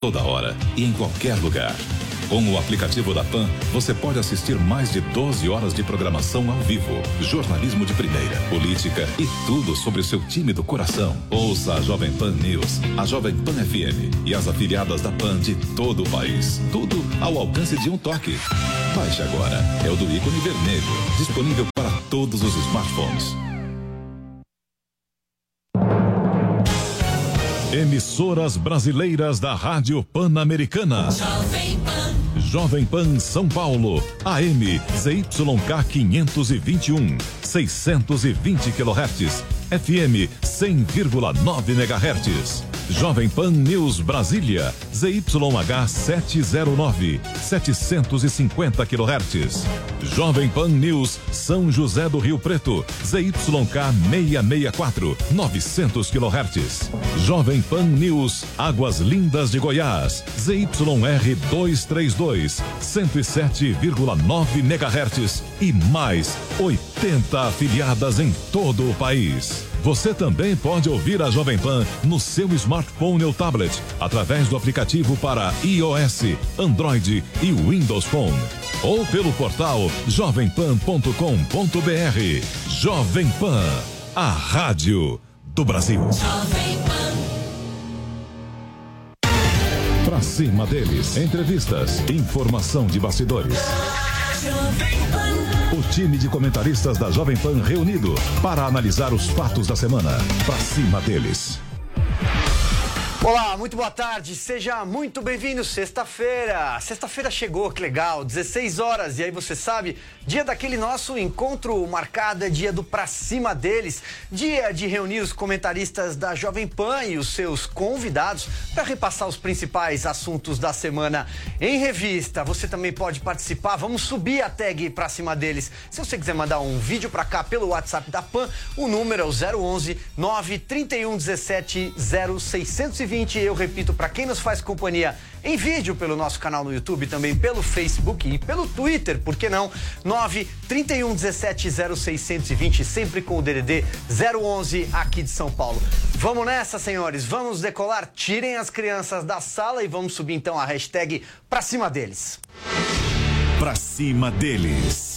toda hora e em qualquer lugar. Com o aplicativo da PAN, você pode assistir mais de 12 horas de programação ao vivo, jornalismo de primeira, política e tudo sobre o seu time do coração. Ouça a Jovem Pan News, a Jovem Pan FM e as afiliadas da PAN de todo o país. Tudo ao alcance de um toque. Baixe agora. É o do ícone vermelho, disponível para todos os smartphones. Emissoras brasileiras da Rádio Pan-Americana. Jovem Pan São Paulo, AM ZYK 521, 620 kHz, FM 100,9 MHz. Jovem Pan News Brasília, ZYH 709, 750 kHz. Jovem Pan News São José do Rio Preto, ZYK 664, 900 kHz. Jovem Pan News Águas Lindas de Goiás, ZYR 232, 107,9 MHz e mais 80 afiliadas em todo o país. Você também pode ouvir a Jovem Pan no seu smartphone ou tablet, através do aplicativo para iOS, Android e Windows Phone. Ou pelo portal jovempan.com.br. Jovem Pan, a rádio do Brasil. Pra cima deles, entrevistas, informação de bastidores. O time de comentaristas da Jovem Pan reunido para analisar os fatos da semana. Pra cima deles. Olá, muito boa tarde, seja muito bem-vindo. Sexta-feira chegou, que legal, 16 horas, e aí você sabe, dia daquele nosso encontro marcado, é dia do Pra Cima Deles, dia de reunir os comentaristas da Jovem Pan e os seus convidados para repassar os principais assuntos da semana em revista. Você também pode participar, vamos subir a tag Pra Cima Deles. Se você quiser mandar um vídeo para cá pelo WhatsApp da Pan, o número é o 011 931 17 0620. Eu repito, para quem nos faz companhia em vídeo pelo nosso canal no YouTube, também pelo Facebook e pelo Twitter, por que não? 931 17 0620, sempre com o DDD 011 aqui de São Paulo. Vamos nessa, senhores, vamos decolar, tirem as crianças da sala e vamos subir então a hashtag Pra Cima Deles. Pra Cima Deles.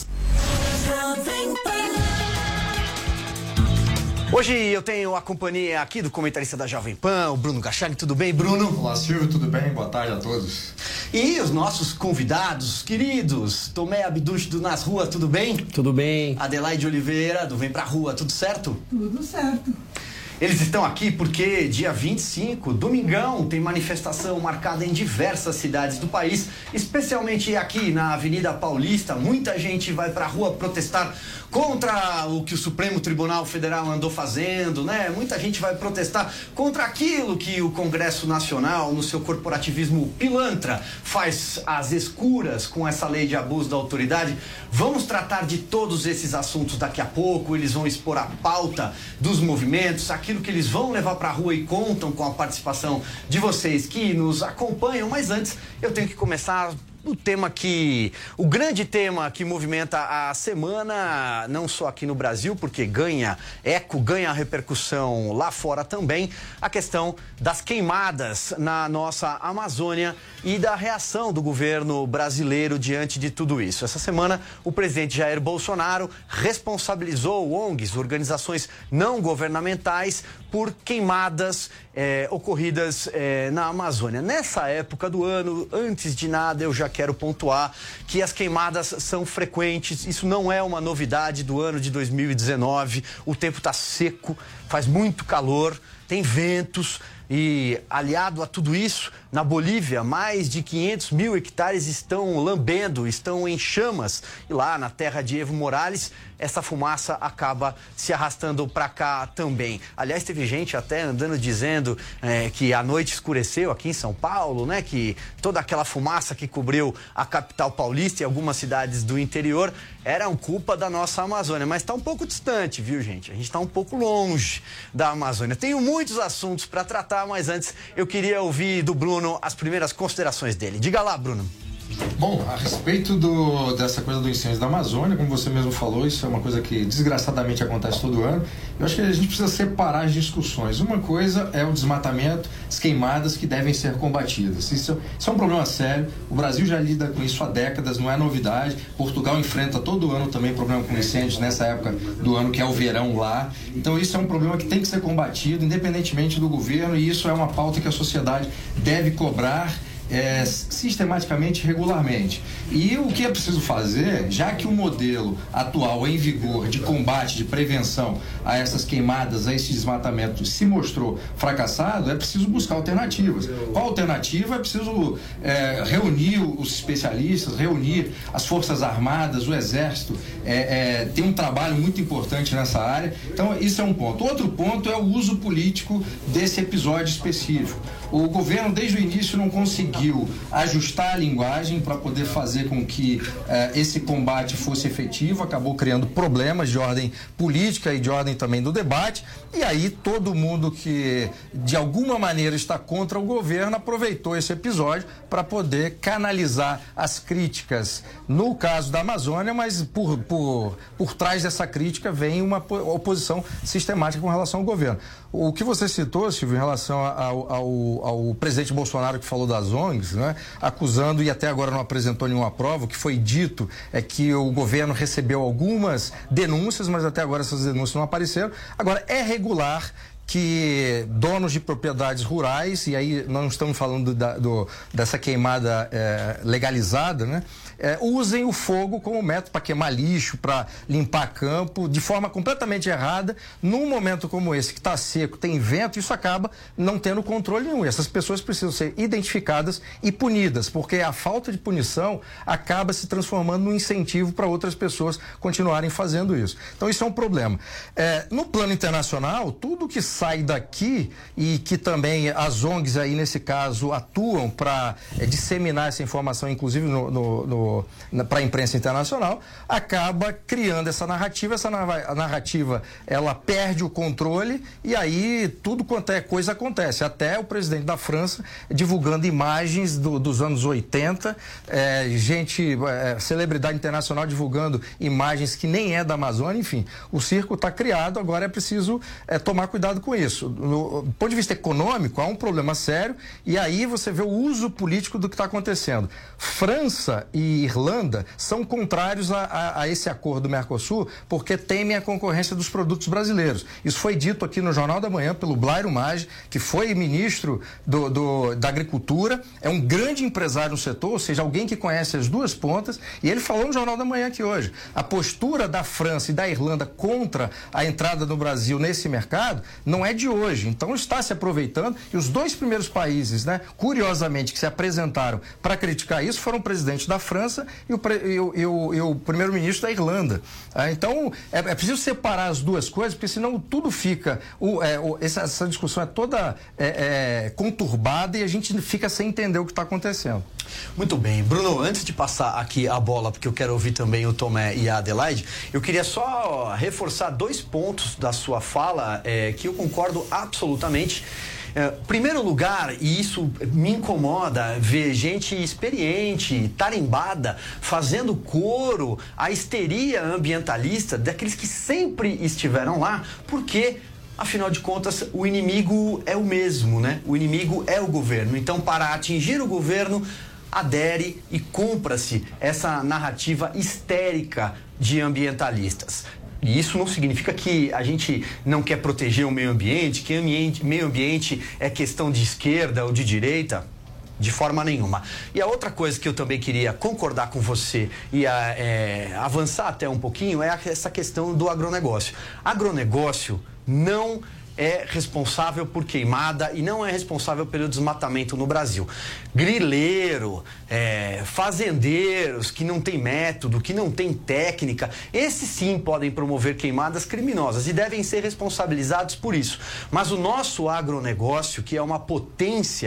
Hoje eu tenho a companhia aqui do comentarista da Jovem Pan, o Bruno Gachani. Tudo bem, Bruno? Olá, Silvio, tudo bem? Boa tarde a todos. E os nossos convidados queridos, Tomé Abduch do Nas Ruas, tudo bem? Tudo bem. Adelaide Oliveira do Vem Pra Rua, tudo certo? Tudo certo. Eles estão aqui porque dia 25, domingão, tem manifestação marcada em diversas cidades do país, especialmente aqui na Avenida Paulista. Muita gente vai pra rua protestar contra o que o Supremo Tribunal Federal andou fazendo, né? Muita gente vai protestar contra aquilo que o Congresso Nacional, no seu corporativismo pilantra, faz às escuras com essa lei de abuso da autoridade. Vamos tratar de todos esses assuntos daqui a pouco. Eles vão expor a pauta dos movimentos, aquilo que eles vão levar para a rua, e contam com a participação de vocês que nos acompanham. Mas antes, eu tenho que começar o grande tema que movimenta a semana, não só aqui no Brasil, porque ganha eco, ganha repercussão lá fora também, a questão das queimadas na nossa Amazônia e da reação do governo brasileiro diante de tudo isso. Essa semana, o presidente Jair Bolsonaro responsabilizou ONGs, organizações não governamentais, por queimadas ocorridas na Amazônia. Nessa época do ano, antes de nada, eu já quero pontuar que as queimadas são frequentes. Isso não é uma novidade do ano de 2019. O tempo está seco, faz muito calor, tem ventos. E, aliado a tudo isso, na Bolívia, mais de 500 mil hectares estão lambendo, estão em chamas. E lá na terra de Evo Morales, essa fumaça acaba se arrastando para cá também. Aliás, teve gente até andando dizendo que a noite escureceu aqui em São Paulo, né? Que toda aquela fumaça que cobriu a capital paulista e algumas cidades do interior eram culpa da nossa Amazônia. Mas está um pouco distante, viu, gente? A gente está um pouco longe da Amazônia. Tenho muitos assuntos para tratar, mas antes eu queria ouvir do Bruno as primeiras considerações dele. Diga lá, Bruno. Bom, a respeito dessa coisa do incêndio da Amazônia, como você mesmo falou, isso é uma coisa que desgraçadamente acontece todo ano. Eu acho que a gente precisa separar as discussões. Uma coisa é o desmatamento, as queimadas que devem ser combatidas. Isso é um problema sério. O Brasil já lida com isso há décadas, não é novidade. Portugal enfrenta todo ano também problema com incêndios nessa época do ano, que é o verão lá. Então isso é um problema que tem que ser combatido, independentemente do governo, e isso é uma pauta que a sociedade deve cobrar sistematicamente, regularmente. E o que é preciso fazer, já que o modelo atual em vigor de combate, de prevenção a essas queimadas, a esse desmatamento se mostrou fracassado, é preciso buscar alternativas. Qual alternativa? É preciso reunir os especialistas, reunir as Forças Armadas, o Exército, tem um trabalho muito importante nessa área. Então, isso é um ponto. Outro ponto é o uso político desse episódio específico. O governo, desde o início, não conseguiu ajustar a linguagem para poder fazer com que esse combate fosse efetivo, acabou criando problemas de ordem política e de ordem também do debate, e aí todo mundo que de alguma maneira está contra o governo aproveitou esse episódio para poder canalizar as críticas no caso da Amazônia, mas por trás dessa crítica vem uma oposição sistemática com relação ao governo. O que você citou, Silvio, em relação ao presidente Bolsonaro, que falou das ONGs, né, acusando, e até agora não apresentou nenhuma prova, o que foi dito é que o governo recebeu algumas denúncias, mas até agora essas denúncias não apareceram. Agora, é regular que donos de propriedades rurais, e aí nós não estamos falando dessa queimada legalizada, né? Usem o fogo como método para queimar lixo, para limpar campo, de forma completamente errada. Num momento como esse, que está seco, tem vento, isso acaba não tendo controle nenhum. E essas pessoas precisam ser identificadas e punidas, porque a falta de punição acaba se transformando num incentivo para outras pessoas continuarem fazendo isso. Então, isso é um problema. No plano internacional, tudo que sai daqui, e que também as ONGs aí, nesse caso, atuam para disseminar essa informação, inclusive para a imprensa internacional, acaba criando essa narrativa. Essa narrativa, ela perde o controle, e aí tudo quanto é coisa acontece. Até o presidente da França divulgando imagens dos anos 80, celebridade internacional divulgando imagens que nem é da Amazônia. Enfim, o circo está criado, agora é preciso tomar cuidado com isso. Do ponto de vista econômico, há um problema sério, e aí você vê o uso político do que está acontecendo. França e Irlanda são contrários a esse acordo do Mercosul, porque temem a concorrência dos produtos brasileiros. Isso foi dito aqui no Jornal da Manhã pelo Blairo Maggi, que foi ministro da Agricultura, é um grande empresário no setor, ou seja, alguém que conhece as duas pontas, e ele falou no Jornal da Manhã aqui hoje. A postura da França e da Irlanda contra a entrada do Brasil nesse mercado não é de hoje, então está se aproveitando, e os dois primeiros países, né, curiosamente, que se apresentaram para criticar isso foram o presidente da França e o primeiro-ministro da Irlanda. Então, é preciso separar as duas coisas, porque senão tudo fica... essa discussão é toda conturbada, e a gente fica sem entender o que está acontecendo. Muito bem. Bruno, antes de passar aqui a bola, porque eu quero ouvir também o Tomé e a Adelaide, eu queria só reforçar 2 pontos da sua fala que eu concordo absolutamente. Primeiro lugar, e isso me incomoda, ver gente experiente, tarimbada, fazendo coro à histeria ambientalista daqueles que sempre estiveram lá, porque, afinal de contas, o inimigo é o mesmo, né? O inimigo é o governo. Então, para atingir o governo, adere e compra-se essa narrativa histérica de ambientalistas. E isso não significa que a gente não quer proteger o meio ambiente, que meio ambiente é questão de esquerda ou de direita, de forma nenhuma. E a outra coisa que eu também queria concordar com você e avançar até um pouquinho é essa questão do agronegócio. Agronegócio não é responsável por queimada e não é responsável pelo desmatamento no Brasil. Grileiro, fazendeiros que não têm método, que não têm técnica, esses sim podem promover queimadas criminosas e devem ser responsabilizados por isso. Mas o nosso agronegócio, que é uma potência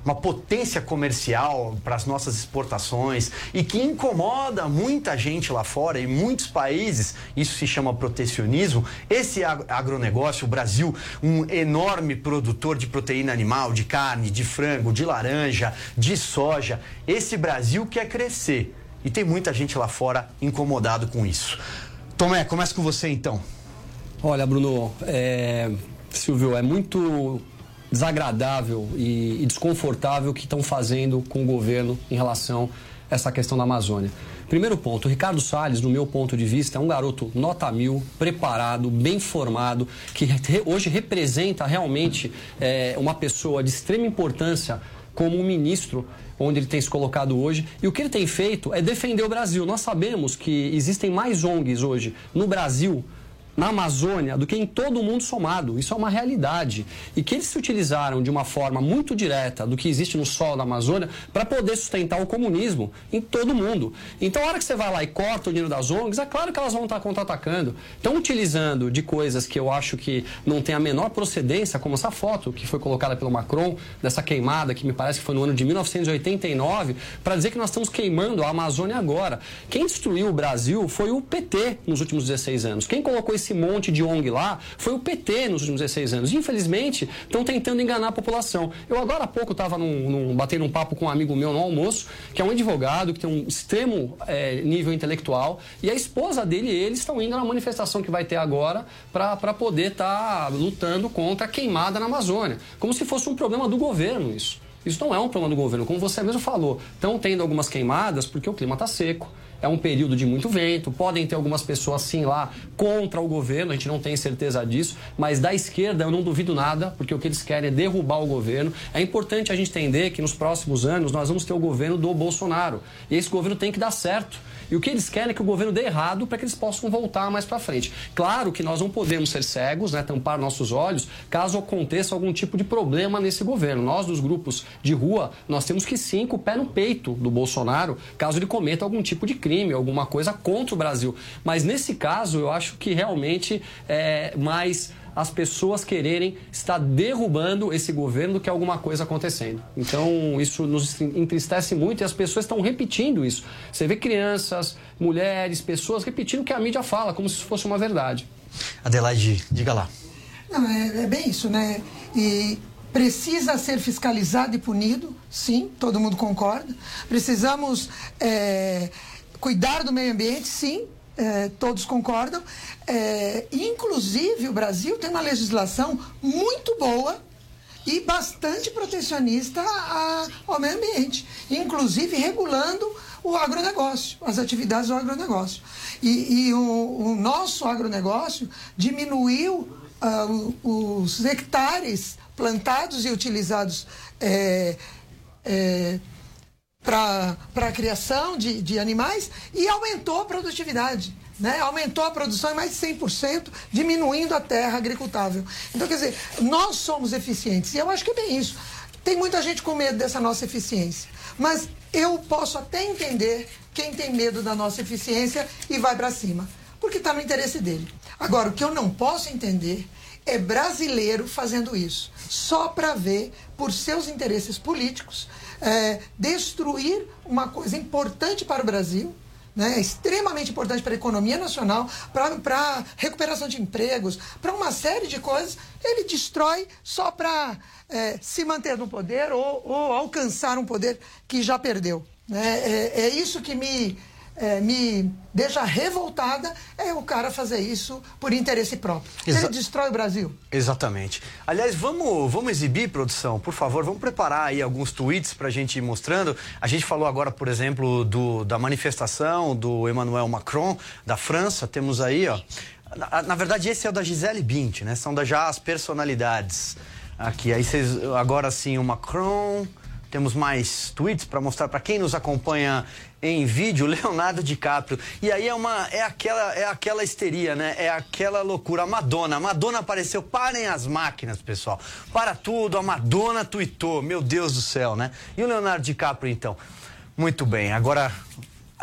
uma potência comercial para as nossas exportações e que incomoda muita gente lá fora e muitos países, isso se chama protecionismo. Esse agronegócio, o Brasil, um enorme produtor de proteína animal, de carne, de frango, de laranja, de soja, esse Brasil quer crescer e tem muita gente lá fora incomodado com isso. Tomé, começa com você então. Olha, Bruno, Silvio, é muito desagradável e desconfortável o que estão fazendo com o governo em relação a essa questão da Amazônia. Primeiro ponto, o Ricardo Salles, no meu ponto de vista, é um garoto nota 1000, preparado, bem formado, que hoje representa realmente uma pessoa de extrema importância como um ministro, onde ele tem se colocado hoje. E o que ele tem feito é defender o Brasil. Nós sabemos que existem mais ONGs hoje no Brasil, na Amazônia, do que em todo o mundo somado. Isso é uma realidade. E que eles se utilizaram de uma forma muito direta do que existe no solo da Amazônia para poder sustentar o comunismo em todo o mundo. Então, a hora que você vai lá e corta o dinheiro das ONGs, é claro que elas vão estar contra-atacando. Estão utilizando de coisas que eu acho que não tem a menor procedência, como essa foto que foi colocada pelo Macron, dessa queimada, que me parece que foi no ano de 1989, para dizer que nós estamos queimando a Amazônia agora. Quem destruiu o Brasil foi o PT nos últimos 16 anos. Quem colocou esse monte de ONG lá foi o PT nos últimos 16 anos. Infelizmente, estão tentando enganar a população. Eu agora há pouco estava batendo um papo com um amigo meu no almoço, que é um advogado, que tem um extremo nível intelectual, e a esposa dele e eles estão indo na manifestação que vai ter agora para poder estar lutando contra a queimada na Amazônia. Como se fosse um problema do governo isso. Isso não é um problema do governo, como você mesmo falou. Estão tendo algumas queimadas porque o clima está seco. É um período de muito vento, podem ter algumas pessoas sim lá contra o governo, a gente não tem certeza disso, mas da esquerda eu não duvido nada, porque o que eles querem é derrubar o governo. É importante a gente entender que nos próximos anos nós vamos ter o governo do Bolsonaro, e esse governo tem que dar certo. E o que eles querem é que o governo dê errado para que eles possam voltar mais para frente. Claro que nós não podemos ser cegos, né, tampar nossos olhos, caso aconteça algum tipo de problema nesse governo. Nós, dos grupos de rua, nós temos que sim com o pé no peito do Bolsonaro, caso ele cometa algum tipo de crime, alguma coisa contra o Brasil. Mas nesse caso, eu acho que realmente é mais as pessoas quererem estar derrubando esse governo do que alguma coisa acontecendo. Então, isso nos entristece muito e as pessoas estão repetindo isso. Você vê crianças, mulheres, pessoas repetindo o que a mídia fala, como se isso fosse uma verdade. Adelaide, diga lá. Não, é bem isso, né? E precisa ser fiscalizado e punido, sim, todo mundo concorda. Precisamos cuidar do meio ambiente, sim, todos concordam. Inclusive, o Brasil tem uma legislação muito boa e bastante protecionista ao meio ambiente, inclusive regulando o agronegócio, as atividades do agronegócio. E o nosso agronegócio diminuiu os hectares plantados e utilizados para a criação de animais e aumentou a produtividade, né? Aumentou a produção em mais de 100%, diminuindo a terra agricultável. Então, quer dizer, nós somos eficientes e eu acho que é bem isso. Tem muita gente com medo dessa nossa eficiência, mas eu posso até entender quem tem medo da nossa eficiência e vai para cima, porque está no interesse dele. Agora, o que eu não posso entender é brasileiro fazendo isso, só para ver, por seus interesses políticos, destruir uma coisa importante para o Brasil, né, extremamente importante para a economia nacional, para a recuperação de empregos, para uma série de coisas. Ele destrói só para se manter no poder ou alcançar um poder que já perdeu. Né? É isso que me deixa revoltada, é o cara fazer isso por interesse próprio. Ele destrói o Brasil. Exatamente. Aliás, vamos exibir, produção, por favor, vamos preparar aí alguns tweets pra gente ir mostrando. A gente falou agora, por exemplo, da manifestação do Emmanuel Macron, da França, temos aí, ó. Na verdade, esse é o da Gisele Bündchen, né? São já as personalidades aqui. Aí vocês, agora sim, o Macron. Temos mais tweets para mostrar para quem nos acompanha em vídeo, Leonardo DiCaprio. E aí é aquela histeria, né? É aquela loucura. A Madonna apareceu. Parem as máquinas, pessoal. Para tudo, a Madonna tuitou. Meu Deus do céu, né? E o Leonardo DiCaprio, então? Muito bem. Agora,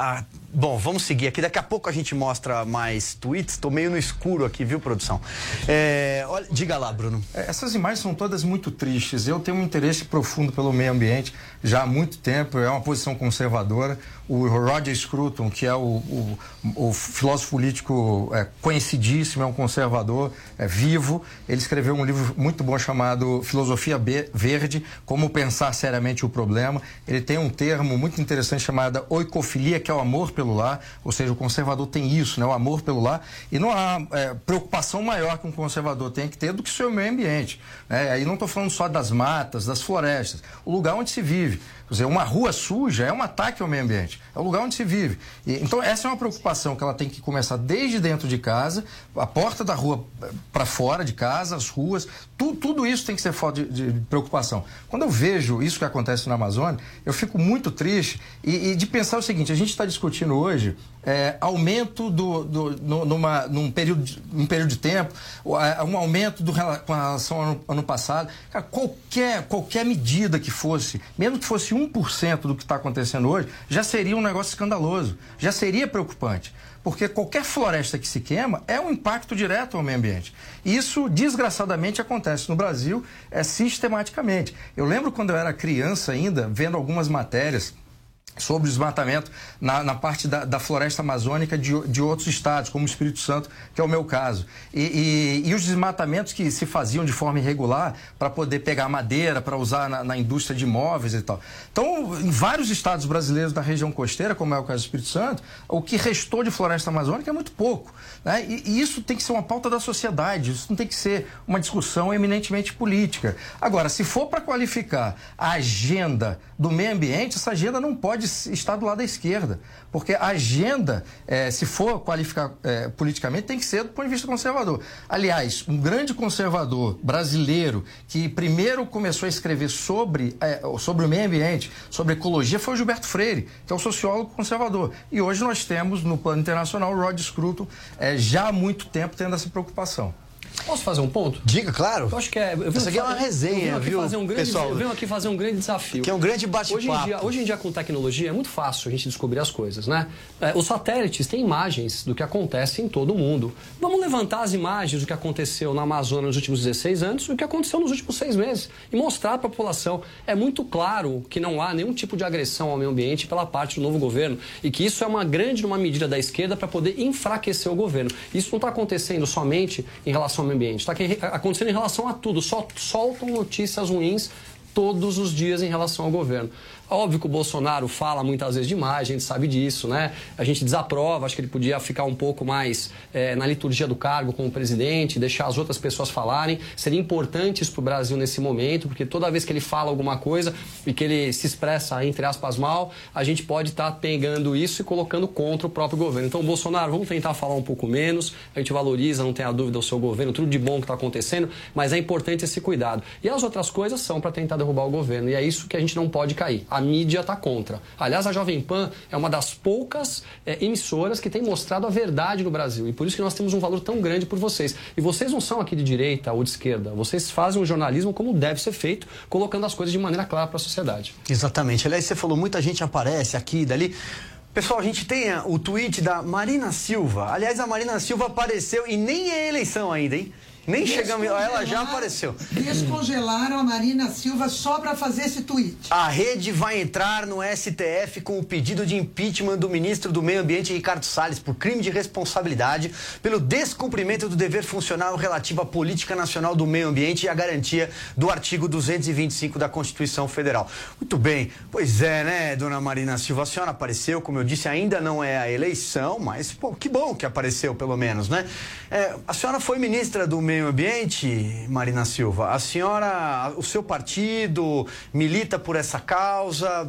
Bom, vamos seguir aqui. Daqui a pouco a gente mostra mais tweets. Estou meio no escuro aqui, viu, produção? Olha, diga lá, Bruno. Essas imagens são todas muito tristes. Eu tenho um interesse profundo pelo meio ambiente já há muito tempo. É uma posição conservadora. O Roger Scruton, que é o filósofo político conhecidíssimo, é um conservador vivo. Ele escreveu um livro muito bom chamado Filosofia Verde, Como Pensar Seriamente o Problema. Ele tem um termo muito interessante chamado oikofilia, que é o amor pelo lar, ou seja, o conservador tem isso, né, o amor pelo lar, e não há preocupação maior que um conservador tem que ter do que o seu meio ambiente. Aí não estou falando só das matas, das florestas, o lugar onde se vive. Quer dizer, uma rua suja é um ataque ao meio ambiente, é o lugar onde se vive. Então, essa é uma preocupação que ela tem que começar desde dentro de casa, a porta da rua para fora de casa, as ruas, tudo isso tem que ser foco de preocupação. Quando eu vejo isso que acontece na Amazônia, eu fico muito triste e de pensar o seguinte: a gente está discutindo hoje aumento num período de tempo, um aumento com relação ao ano passado. Cara, qualquer medida que fosse, mesmo que fosse 1% do que está acontecendo hoje, já seria um negócio escandaloso, já seria preocupante. Porque qualquer floresta que se queima é um impacto direto ao meio ambiente. E isso, desgraçadamente, acontece no Brasil sistematicamente. Eu lembro quando eu era criança ainda, vendo algumas matérias sobre o desmatamento na parte da floresta amazônica de outros estados, como o Espírito Santo, que é o meu caso. E os desmatamentos que se faziam de forma irregular para poder pegar madeira, para usar na indústria de imóveis e tal. Então, em vários estados brasileiros da região costeira, como é o caso do Espírito Santo, o que restou de floresta amazônica é muito pouco, né? E isso tem que ser uma pauta da sociedade, isso não tem que ser uma discussão eminentemente política. Agora, se for para qualificar a agenda do meio ambiente, essa agenda não pode estar do lado da esquerda, porque a agenda, se for qualificar politicamente, tem que ser do ponto de vista conservador. Aliás, um grande conservador brasileiro que primeiro começou a escrever sobre o meio ambiente, sobre ecologia, foi o Gilberto Freire, que é um sociólogo conservador. E hoje nós temos, no plano internacional, o Roger Scruton, já há muito tempo tendo essa preocupação. Posso fazer um ponto? Diga, claro. Eu acho que isso aqui é uma resenha, viu, pessoal? Eu venho aqui fazer um grande desafio. Que é um grande bate-papo. Hoje em dia, com tecnologia, é muito fácil a gente descobrir as coisas, né? Os satélites têm imagens do que acontece em todo o mundo. Vamos levantar as imagens do que aconteceu na Amazônia nos últimos 16 anos e o que aconteceu nos últimos 6 meses. E mostrar para a população. É muito claro que não há nenhum tipo de agressão ao meio ambiente pela parte do novo governo e que isso é uma medida da esquerda para poder enfraquecer o governo. Isso não está acontecendo somente em relação ao meio ambiente, está acontecendo em relação a tudo, só soltam notícias ruins todos os dias em relação ao governo. Óbvio que o Bolsonaro fala muitas vezes demais, a gente sabe disso, né? A gente desaprova, acho que ele podia ficar um pouco mais na liturgia do cargo como presidente, deixar as outras pessoas falarem. Seria importante isso para o Brasil nesse momento, porque toda vez que ele fala alguma coisa e que ele se expressa, entre aspas, mal, a gente pode estar pegando isso e colocando contra o próprio governo. Então, Bolsonaro, vamos tentar falar um pouco menos, a gente valoriza, não tenha dúvida, o seu governo, tudo de bom que está acontecendo, mas é importante esse cuidado. E as outras coisas são para tentar derrubar o governo, e é isso que a gente não pode cair. A mídia está contra. Aliás, a Jovem Pan é uma das poucas emissoras que tem mostrado a verdade no Brasil. E por isso que nós temos um valor tão grande por vocês. E vocês não são aqui de direita ou de esquerda. Vocês fazem um jornalismo como deve ser feito, colocando as coisas de maneira clara para a sociedade. Exatamente. Aliás, você falou, muita gente aparece aqui e dali. Pessoal, a gente tem o tweet da Marina Silva. Aliás, a Marina Silva apareceu e nem é eleição ainda, hein? Nem chegamos, ela já apareceu. Descongelaram a Marina Silva só para fazer esse tweet. A rede vai entrar no STF com o pedido de impeachment do ministro do Meio Ambiente, Ricardo Salles, por crime de responsabilidade pelo descumprimento do dever funcional relativo à política nacional do meio ambiente e à garantia do artigo 225 da Constituição Federal. Muito bem. Pois é, né, dona Marina Silva? A senhora apareceu, como eu disse, ainda não é a eleição, mas, pô, que bom que apareceu, pelo menos, né? A senhora foi ministra do Meio Ambiente, Marina Silva. A senhora, o seu partido milita por essa causa,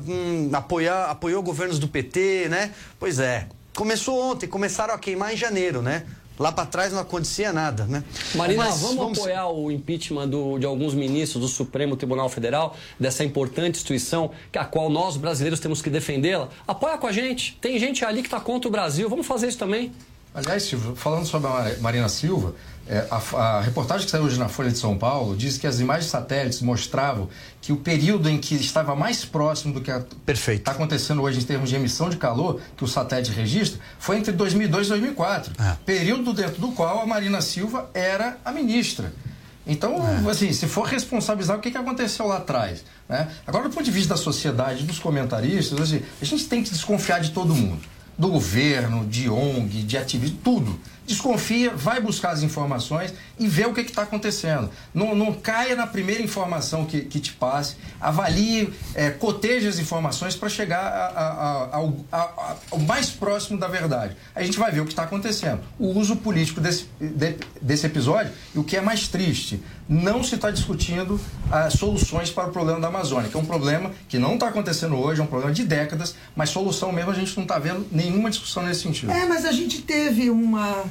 apoiou governos do PT, né? Pois é. Começou ontem, começaram a queimar em janeiro, né? Lá para trás não acontecia nada, né? Marina, vamos apoiar o impeachment de alguns ministros do Supremo Tribunal Federal, dessa importante instituição, a qual nós, brasileiros, temos que defendê-la? Apoia com a gente. Tem gente ali que está contra o Brasil. Vamos fazer isso também. Aliás, Silvio, falando sobre a Marina Silva, a reportagem que saiu hoje na Folha de São Paulo diz que as imagens satélites mostravam que o período em que estava mais próximo do que está acontecendo hoje em termos de emissão de calor, que o satélite registra, foi entre 2002 e 2004. Período dentro do qual a Marina Silva era a ministra. Então, assim, se for responsabilizar, o que aconteceu lá atrás? Né? Agora, do ponto de vista da sociedade, dos comentaristas, assim, a gente tem que desconfiar de todo mundo. Do governo, de ONG, de ativismo, tudo. Desconfia, vai buscar as informações e vê o que está acontecendo. Não caia na primeira informação que te passe, avalie, coteje as informações para chegar ao mais próximo da verdade. A gente vai ver o que está acontecendo. O uso político desse episódio, e o que é mais triste, não se está discutindo soluções para o problema da Amazônia, que é um problema que não está acontecendo hoje, é um problema de décadas, mas solução mesmo a gente não está vendo nenhuma discussão nesse sentido. Mas a gente teve uma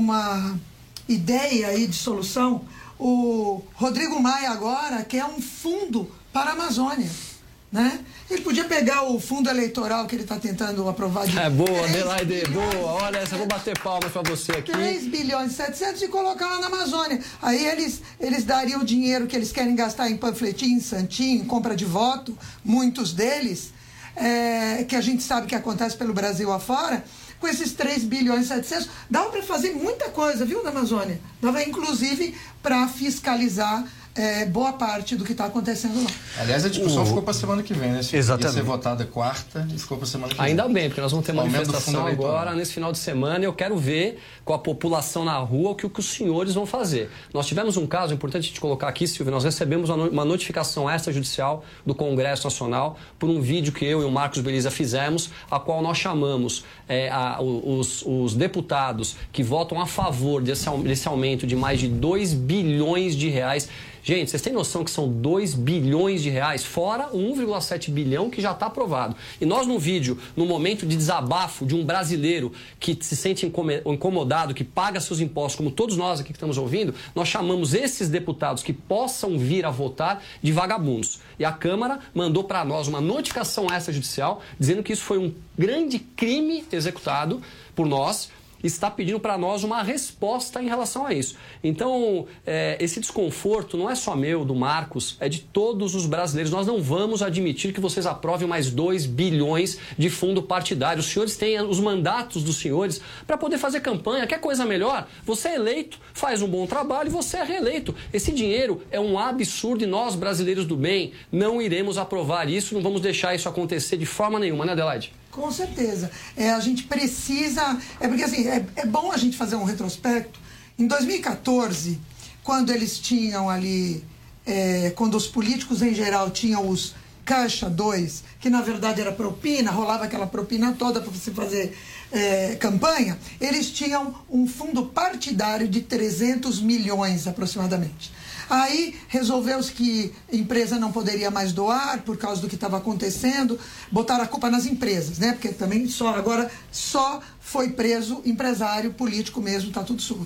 ideia aí de solução. O Rodrigo Maia agora quer um fundo para a Amazônia, né? Ele podia pegar o fundo eleitoral que ele está tentando aprovar de... boa, Adelaide, boa. Olha, eu vou bater palmas para você aqui. 3 bilhões e 700 e colocar lá na Amazônia. Aí eles dariam o dinheiro que eles querem gastar em panfletinho, em santinho, em compra de voto, muitos deles, que a gente sabe que acontece pelo Brasil afora. Com esses 3 bilhões e 700, dava para fazer muita coisa, viu, na Amazônia. Dava, inclusive, para fiscalizar boa parte do que está acontecendo lá. Aliás, a discussão ficou para a semana que vem, né? Exatamente. Ia ser votada quarta e ficou para a semana que vem. Ainda bem, porque nós vamos ter manifestação agora, nesse final de semana, e eu quero ver com a população na rua o que os senhores vão fazer. Nós tivemos um caso, importante a gente colocar aqui, Silvio, nós recebemos uma notificação extrajudicial do Congresso Nacional por um vídeo que eu e o Marcos Beliza fizemos, a qual nós chamamos os deputados que votam a favor desse aumento de mais de 2 bilhões de reais. Gente, vocês têm noção que são 2 bilhões de reais, fora o 1,7 bilhão que já está aprovado. E nós, no vídeo, no momento de desabafo de um brasileiro que se sente incomodado, que paga seus impostos, como todos nós aqui que estamos ouvindo, nós chamamos esses deputados que possam vir a votar de vagabundos. E a Câmara mandou para nós uma notificação extrajudicial dizendo que isso foi um grande crime executado por nós, está pedindo para nós uma resposta em relação a isso. Então, esse desconforto não é só meu, do Marcos, é de todos os brasileiros. Nós não vamos admitir que vocês aprovem mais 2 bilhões de fundo partidário. Os senhores têm os mandatos dos senhores para poder fazer campanha. Quer coisa melhor? Você é eleito, faz um bom trabalho e você é reeleito. Esse dinheiro é um absurdo e nós, brasileiros do bem, não iremos aprovar isso, não vamos deixar isso acontecer de forma nenhuma, né, Adelaide? Com certeza. A gente precisa... porque assim, é bom a gente fazer um retrospecto. Em 2014, quando eles tinham ali... quando os políticos em geral tinham os Caixa 2, que na verdade era propina, rolava aquela propina toda para você fazer campanha, eles tinham um fundo partidário de 300 milhões aproximadamente. Aí resolveu-se que a empresa não poderia mais doar por causa do que estava acontecendo, botaram a culpa nas empresas, né? Porque também agora só foi preso empresário político mesmo, está tudo solto.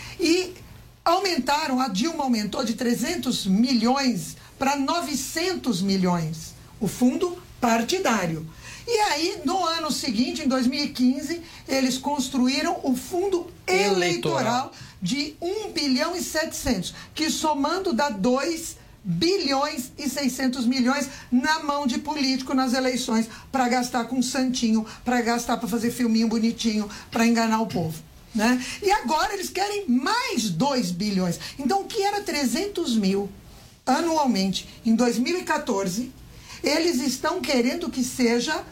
E aumentaram, a Dilma aumentou de 300 milhões para 900 milhões, o fundo partidário. E aí, no ano seguinte, em 2015, eles construíram o fundo eleitoral de 1 bilhão e 700, que somando dá 2 bilhões e 600 milhões na mão de político nas eleições, para gastar com santinho, para gastar para fazer filminho bonitinho, para enganar o povo, né? E agora eles querem mais 2 bilhões. Então, o que era 300 mil anualmente em 2014, eles estão querendo que seja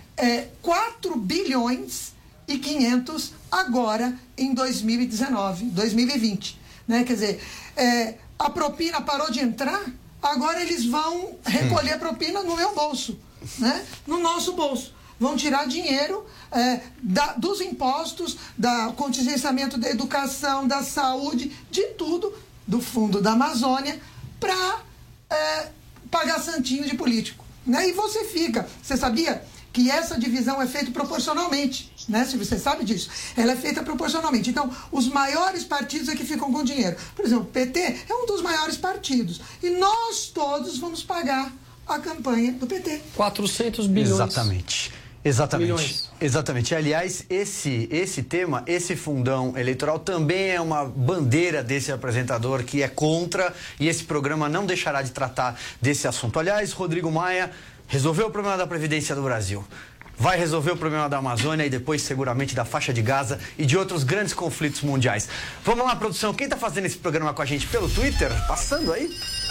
4 bilhões e 500 agora em 2019, 2020, né? Quer dizer, a propina parou de entrar, agora eles vão recolher a propina no meu bolso, né? No nosso bolso. Vão tirar dinheiro dos impostos, do contingenciamento da educação, da saúde, de tudo, do fundo da Amazônia, para pagar santinho de político, né? E você sabia que essa divisão é feita proporcionalmente, né? Se você sabe disso, ela é feita proporcionalmente. Então, os maiores partidos é que ficam com dinheiro. Por exemplo, o PT é um dos maiores partidos. E nós todos vamos pagar a campanha do PT. 400 bilhões. Exatamente. Exatamente. Milhões. Exatamente. Aliás, esse tema, esse fundão eleitoral também é uma bandeira desse apresentador que é contra, e esse programa não deixará de tratar desse assunto. Aliás, Rodrigo Maia resolveu o problema da Previdência do Brasil. Vai resolver o problema da Amazônia e depois, seguramente, da faixa de Gaza e de outros grandes conflitos mundiais. Vamos lá, produção. Quem está fazendo esse programa com a gente pelo Twitter? Passando aí.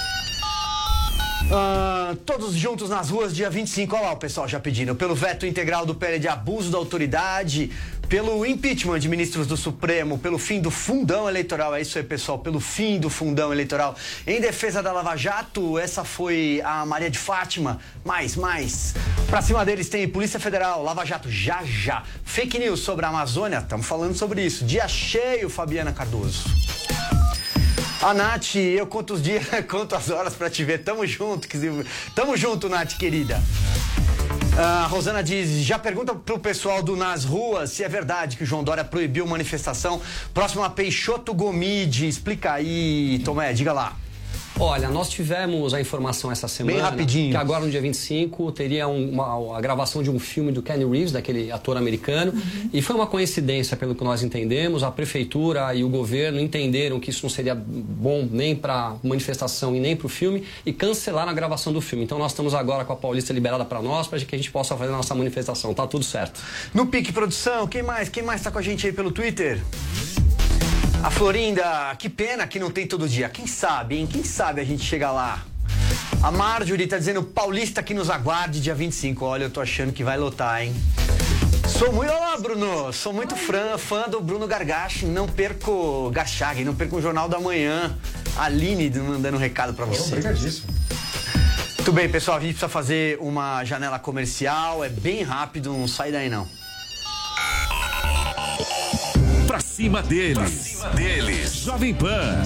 Todos juntos nas ruas, dia 25. Olha lá o pessoal já pedindo. Pelo veto integral do PL de abuso da autoridade, pelo impeachment de ministros do Supremo, pelo fim do fundão eleitoral. É isso aí, pessoal, pelo fim do fundão eleitoral. Em defesa da Lava Jato, essa foi a Maria de Fátima. Mais. Pra cima deles tem Polícia Federal, Lava Jato, já. Fake news sobre a Amazônia, estamos falando sobre isso. Dia cheio, Fabiana Cardoso. A Nath, eu conto os dias, conto as horas pra te ver. Tamo junto, Nath, querida. A Rosana diz, já pergunta pro pessoal do Nas Ruas se é verdade que o João Dória proibiu manifestação próximo a Peixoto Gomide. Explica aí, Tomé, diga lá. Olha, nós tivemos a informação essa semana, bem rapidinho, que agora no dia 25 teria a gravação de um filme do Keanu Reeves, daquele ator americano, e foi uma coincidência, pelo que nós entendemos. A prefeitura e o governo entenderam que isso não seria bom nem para manifestação e nem para o filme, e cancelaram a gravação do filme. Então nós estamos agora com a Paulista liberada para nós, para que a gente possa fazer a nossa manifestação. Tá tudo certo. No Pique Produção, quem mais tá com a gente aí pelo Twitter? A Florinda, que pena que não tem todo dia. Quem sabe, hein? Quem sabe a gente chega lá. A Marjorie tá dizendo, Paulista que nos aguarde dia 25. Olha, eu tô achando que vai lotar, hein? Olá, Bruno. Sou muito fã do Bruno Gargache. Não perco Garchag, não perco o Jornal da Manhã. A Aline mandando um recado pra você. Obrigadíssimo. Muito bem, pessoal. A gente precisa fazer uma janela comercial. É bem rápido, não sai daí não. Pra cima deles. Jovem Pan.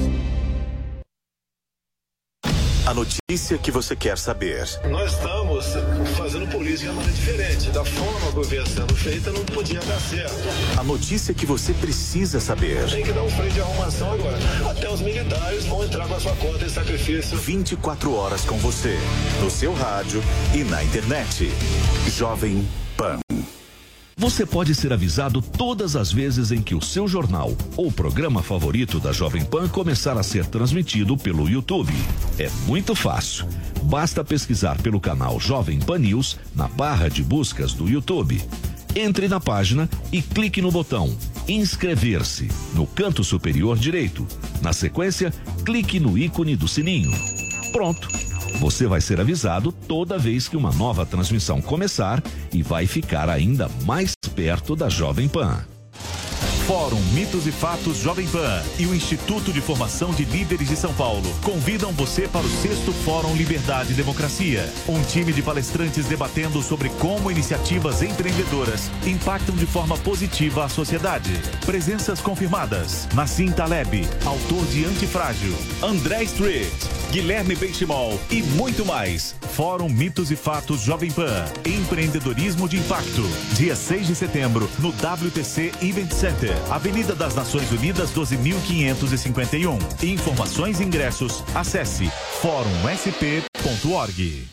A notícia que você quer saber. Nós estamos fazendo política de maneira diferente. Da forma que vinha sendo feita, não podia dar certo. A notícia que você precisa saber. Tem que dar um freio de arrumação agora. Até os militares vão entrar com a sua conta em sacrifício. 24 horas com você, no seu rádio e na internet. Jovem Pan. Você pode ser avisado todas as vezes em que o seu jornal ou programa favorito da Jovem Pan começar a ser transmitido pelo YouTube. É muito fácil. Basta pesquisar pelo canal Jovem Pan News na barra de buscas do YouTube. Entre na página e clique no botão Inscrever-se no canto superior direito. Na sequência, clique no ícone do sininho. Pronto. Você vai ser avisado toda vez que uma nova transmissão começar e vai ficar ainda mais perto da Jovem Pan. Fórum Mitos e Fatos Jovem Pan e o Instituto de Formação de Líderes de São Paulo convidam você para o 6º Fórum Liberdade e Democracia. Um time de palestrantes debatendo sobre como iniciativas empreendedoras impactam de forma positiva a sociedade. Presenças confirmadas: Nassim Taleb, autor de Antifrágil, André Street, Guilherme Benchimol e muito mais. Fórum Mitos e Fatos Jovem Pan. Empreendedorismo de impacto. Dia 6 de setembro, no WTC Event Center, Avenida das Nações Unidas, 12.551. Informações e ingressos, acesse forumsp.org.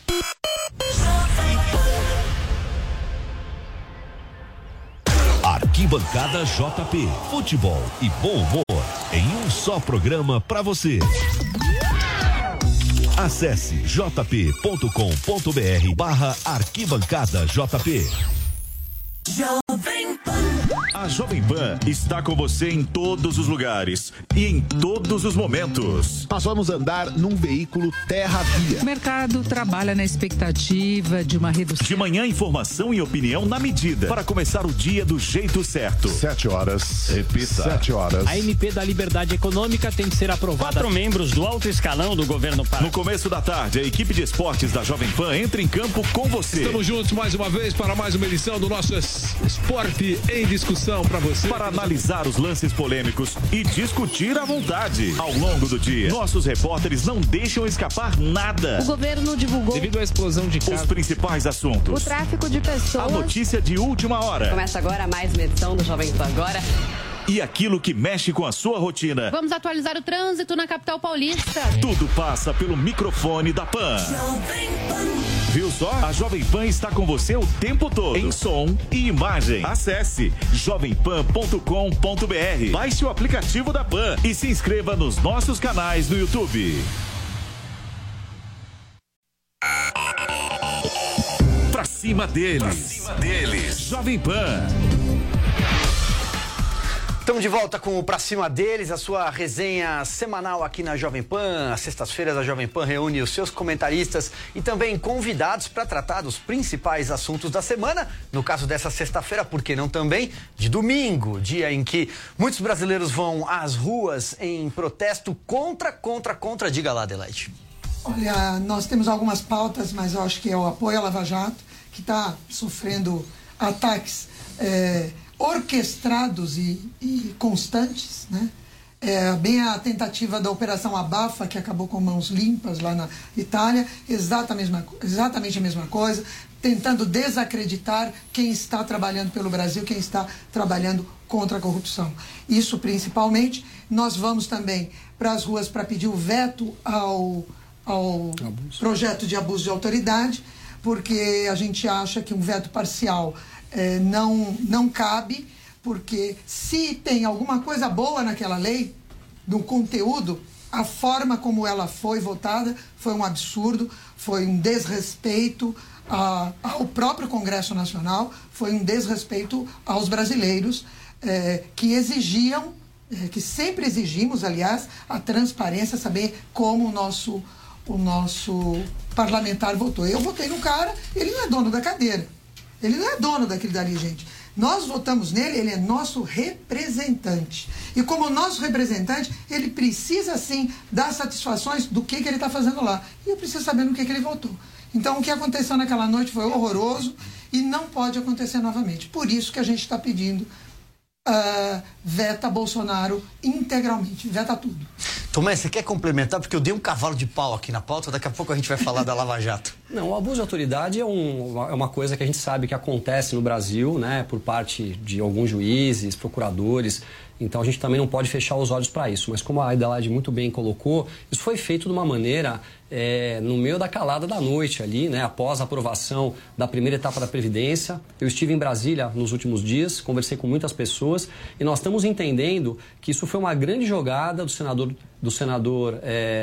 Arquibancada JP. Futebol e bom humor em um só programa para você. Acesse jp.com.br/arquibancada JP. Jovem Pan. A Jovem Pan está com você em todos os lugares e em todos os momentos. Nós vamos andar num veículo terra-via. O mercado trabalha na expectativa de uma redução. De manhã, informação e opinião na medida para começar o dia do jeito certo. 7 horas. Repita. 7 horas. A MP da Liberdade Econômica tem que ser aprovada. 4 membros do alto escalão do governo Pará. No começo da tarde, a equipe de esportes da Jovem Pan entra em campo com você. Estamos juntos mais uma vez para mais uma edição do nosso Esporte em Discussão para você. Para analisar os lances polêmicos e discutir à vontade. Ao longo do dia, nossos repórteres não deixam escapar nada. O governo divulgou, devido à explosão de casos, os principais assuntos. O tráfico de pessoas. A notícia de última hora. Começa agora mais uma edição do Jovem Pan Agora. E aquilo que mexe com a sua rotina. Vamos atualizar o trânsito na capital paulista. Tudo passa pelo microfone da Pan. Jovem Pan. Viu só? A Jovem Pan está com você o tempo todo, em som e imagem. Acesse jovempan.com.br, baixe o aplicativo da Pan e se inscreva nos nossos canais no YouTube. Pra cima deles. Jovem Pan. Estamos de volta com o Pra Cima Deles, a sua resenha semanal aqui na Jovem Pan. Às sextas-feiras a Jovem Pan reúne os seus comentaristas e também convidados para tratar dos principais assuntos da semana. No caso dessa sexta-feira, por que não também de domingo, dia em que muitos brasileiros vão às ruas em protesto contra. Diga lá, Adelaide. Olha, nós temos algumas pautas, mas eu acho que é o apoio à Lava Jato, que está sofrendo ataques orquestrados e constantes, né? Bem a tentativa da Operação Abafa, que acabou com mãos limpas lá na Itália, exatamente a mesma coisa, tentando desacreditar quem está trabalhando pelo Brasil, quem está trabalhando contra a corrupção. Isso principalmente. Nós vamos também para as ruas para pedir o veto ao projeto de abuso de autoridade, porque a gente acha que um veto parcial não cabe, porque se tem alguma coisa boa naquela lei, no conteúdo, a forma como ela foi votada foi um absurdo, foi um desrespeito ao próprio Congresso Nacional, foi um desrespeito aos brasileiros que exigiam, que sempre exigimos, aliás, a transparência, saber como o nosso parlamentar votou. Eu votei no cara, ele não é dono da cadeira. Ele não é dono daquilo dali, gente. Nós votamos nele, ele é nosso representante. E como nosso representante, ele precisa, sim, dar satisfações do que ele está fazendo lá. E eu preciso saber no que ele votou. Então, o que aconteceu naquela noite foi horroroso e não pode acontecer novamente. Por isso que a gente está pedindo veta Bolsonaro integralmente, veta tudo. Tomé, você quer complementar? Porque eu dei um cavalo de pau aqui na pauta, daqui a pouco a gente vai falar da Lava Jato. Não, o abuso de autoridade é uma coisa que a gente sabe que acontece no Brasil, né, por parte de alguns juízes, procuradores. Então a gente também não pode fechar os olhos para isso. Mas como a Adelaide muito bem colocou, isso foi feito de uma maneira no meio da calada da noite ali, né, após a aprovação da primeira etapa da Previdência. Eu estive em Brasília nos últimos dias, conversei com muitas pessoas e nós estamos entendendo que isso foi uma grande jogada do senador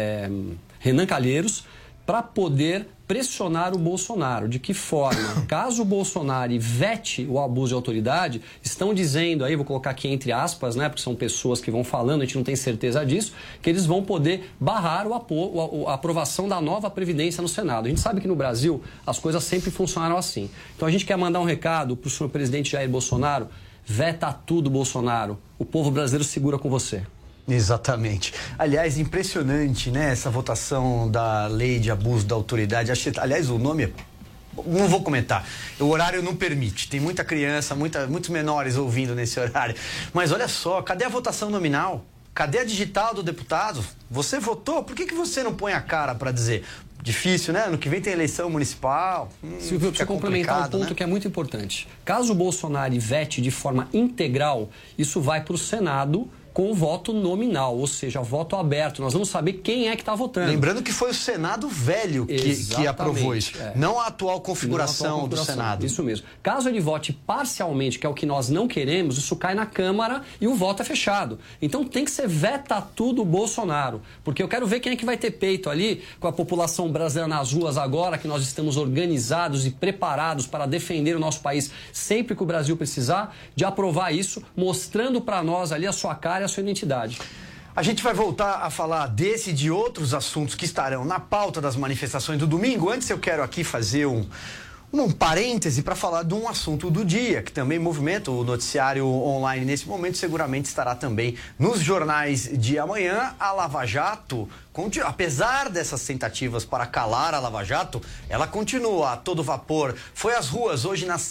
Renan Calheiros para poder pressionar o Bolsonaro. De que forma? Caso o Bolsonaro vete o abuso de autoridade, estão dizendo aí, vou colocar aqui entre aspas, né, porque são pessoas que vão falando, a gente não tem certeza disso, que eles vão poder barrar a aprovação da nova Previdência no Senado. A gente sabe que no Brasil as coisas sempre funcionaram assim. Então a gente quer mandar um recado para o senhor presidente Jair Bolsonaro: veta tudo, Bolsonaro. O povo brasileiro segura com você. Exatamente. Aliás, impressionante, né, essa votação da lei de abuso da autoridade. Aliás, o nome não vou comentar. O horário não permite. Tem muita criança, muitos menores ouvindo nesse horário. Mas olha só, cadê a votação nominal? Cadê a digital do deputado? Você votou? Por que você não põe a cara para dizer? Difícil, né? Ano que vem tem eleição municipal. Silvio, eu preciso complementar um ponto, né, que é muito importante. Caso o Bolsonaro vete de forma integral, isso vai para o Senado com o voto nominal, ou seja, voto aberto. Nós vamos saber quem é que está votando. Lembrando que foi o Senado velho que aprovou isso, não a atual configuração do Senado. Isso mesmo. Caso ele vote parcialmente, que é o que nós não queremos, isso cai na Câmara e o voto é fechado. Então tem que ser veta tudo Bolsonaro, porque eu quero ver quem é que vai ter peito ali com a população brasileira nas ruas agora, que nós estamos organizados e preparados para defender o nosso país sempre que o Brasil precisar, de aprovar isso, mostrando para nós ali a sua cara e a sua identidade. A gente vai voltar a falar desse e de outros assuntos que estarão na pauta das manifestações do domingo. Antes eu quero aqui fazer um parêntese para falar de um assunto do dia, que também movimenta o noticiário online nesse momento, seguramente estará também nos jornais de amanhã. A Lava Jato, apesar dessas tentativas para calar a Lava Jato, ela continua a todo vapor. Foi às ruas hoje na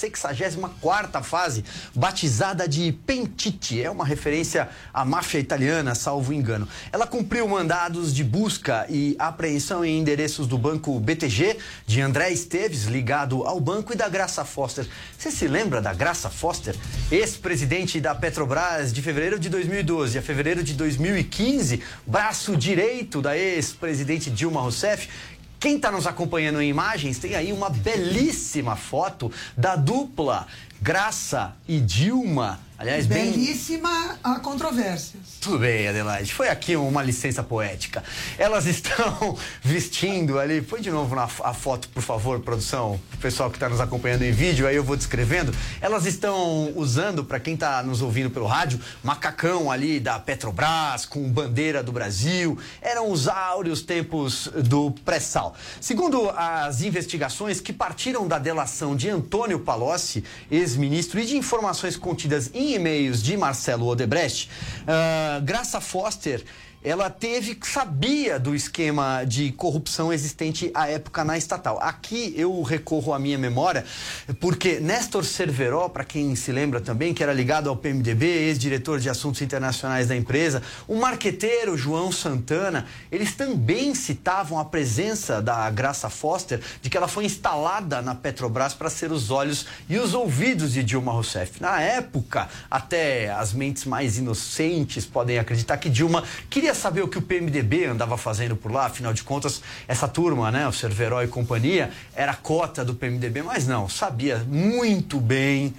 64ª fase, batizada de Pentiti. É uma referência à máfia italiana, salvo engano. Ela cumpriu mandados de busca e apreensão em endereços do banco BTG, de André Esteves, ligado ao banco, e da Graça Foster. Você se lembra da Graça Foster? Ex-presidente da Petrobras de fevereiro de 2012 a fevereiro de 2015, braço direito da ex-presidente Dilma Rousseff, Quem está nos acompanhando em imagens tem aí uma belíssima foto da dupla Graça e Dilma. Aliás, belíssima a controvérsias. Tudo bem, Adelaide. Foi aqui uma licença poética. Elas estão vestindo ali... Põe de novo a foto, por favor, produção. O pessoal que está nos acompanhando em vídeo, aí eu vou descrevendo. Elas estão usando, para quem está nos ouvindo pelo rádio, macacão ali da Petrobras, com bandeira do Brasil. Eram os áureos tempos do pré-sal. Segundo as investigações que partiram da delação de Antônio Palocci, ex-ministro, e de informações contidas em e-mails de Marcelo Odebrecht, Graça Foster, ela sabia do esquema de corrupção existente à época na estatal. Aqui eu recorro à minha memória, porque Néstor Cerveró, para quem se lembra também, que era ligado ao PMDB, ex-diretor de assuntos internacionais da empresa, o marqueteiro João Santana, eles também citavam a presença da Graça Foster, de que ela foi instalada na Petrobras para ser os olhos e os ouvidos de Dilma Rousseff. Na época, até as mentes mais inocentes podem acreditar que Dilma queria saber o que o PMDB andava fazendo por lá, afinal de contas, essa turma, né, o Cerveró e companhia, era cota do PMDB, mas não, sabia muito bem,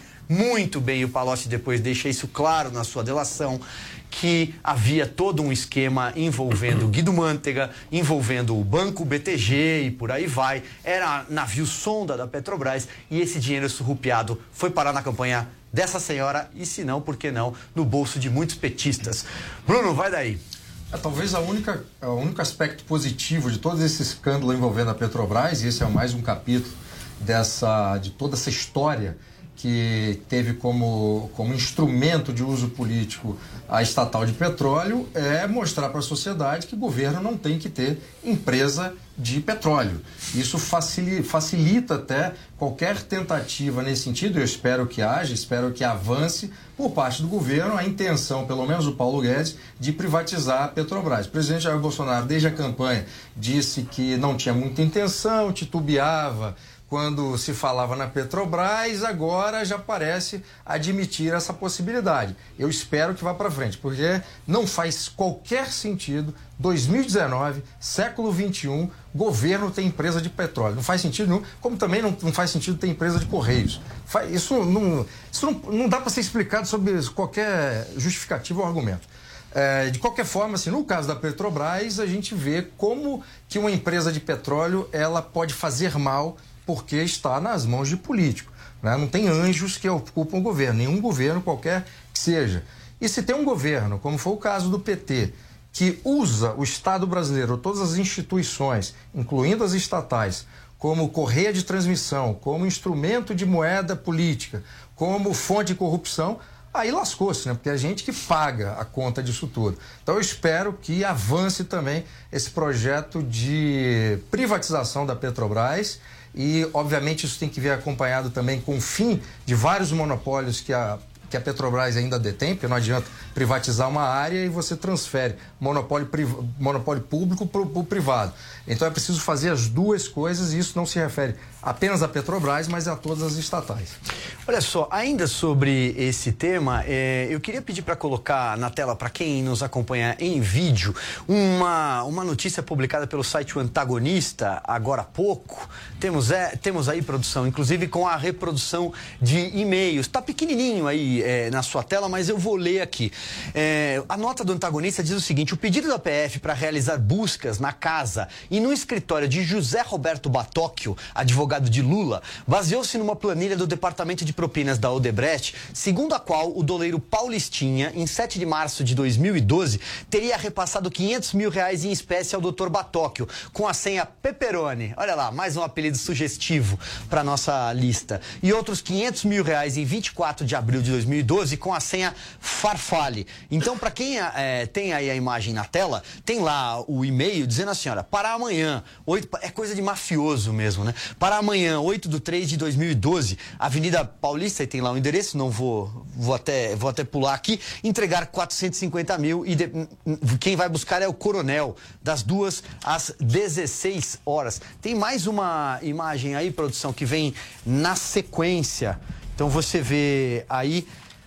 e o Palocci depois deixa isso claro na sua delação, que havia todo um esquema envolvendo Guido Mantega, envolvendo o Banco BTG e por aí vai. Era navio sonda da Petrobras e esse dinheiro surrupiado foi parar na campanha dessa senhora e, se não, por que não, no bolso de muitos petistas. Bruno, vai daí. Talvez o único aspecto positivo de todo esse escândalo envolvendo a Petrobras, e esse é mais um capítulo de toda essa história que teve como instrumento de uso político a estatal de petróleo, é mostrar para a sociedade que o governo não tem que ter empresa de petróleo. Isso facilita até qualquer tentativa nesse sentido. Eu espero que avance por parte do governo a intenção, pelo menos do Paulo Guedes, de privatizar a Petrobras. O presidente Jair Bolsonaro, desde a campanha, disse que não tinha muita intenção, titubeava quando se falava na Petrobras, agora já parece admitir essa possibilidade. Eu espero que vá para frente, porque não faz qualquer sentido, 2019, século XXI, governo ter empresa de petróleo. Não faz sentido nenhum, como também não faz sentido ter empresa de correios. Isso não dá para ser explicado sob qualquer justificativa ou argumento. De qualquer forma, assim, no caso da Petrobras, a gente vê como que uma empresa de petróleo ela pode fazer mal porque está nas mãos de político, né? Não tem anjos que ocupam o governo, nenhum governo qualquer que seja. E se tem um governo, como foi o caso do PT, que usa o Estado brasileiro, todas as instituições, incluindo as estatais, como correia de transmissão, como instrumento de moeda política, como fonte de corrupção, aí lascou-se, né? Porque é a gente que paga a conta disso tudo. Então eu espero que avance também esse projeto de privatização da Petrobras e, obviamente, isso tem que vir acompanhado também com o fim de vários monopólios que a Petrobras ainda detém, porque não adianta privatizar uma área e você transfere monopólio público para o privado. Então é preciso fazer as duas coisas e isso não se refere apenas à Petrobras, mas a todas as estatais. Olha só, ainda sobre esse tema, eu queria pedir para colocar na tela, para quem nos acompanha em vídeo, uma notícia publicada pelo site O Antagonista, agora há pouco. Temos aí, produção, inclusive com a reprodução de e-mails. Está pequenininho aí na sua tela, mas eu vou ler aqui. A nota do Antagonista diz o seguinte: o pedido da PF para realizar buscas na casa e no escritório de José Roberto Batóquio, advogado de Lula, baseou-se numa planilha do Departamento de Propinas da Odebrecht, segundo a qual o doleiro Paulistinha, em 7 de março de 2012, teria repassado R$500 mil em espécie ao Dr. Batóquio, com a senha Pepperoni. Olha lá, mais um apelido sugestivo para nossa lista. E outros R$500 mil em 24 de abril de 2012, com a senha Farfalle. Então, para quem tem aí a imagem na tela, tem lá o e-mail dizendo assim, olha, para amanhã, é coisa de mafioso mesmo, né? Para amanhã, 8/3/2012, Avenida Paulista, e tem lá o endereço, não vou até pular aqui, entregar 450 mil e quem vai buscar é o coronel, das 2 às 16 horas. Tem mais uma imagem aí, produção, que vem na sequência. Então você vê aí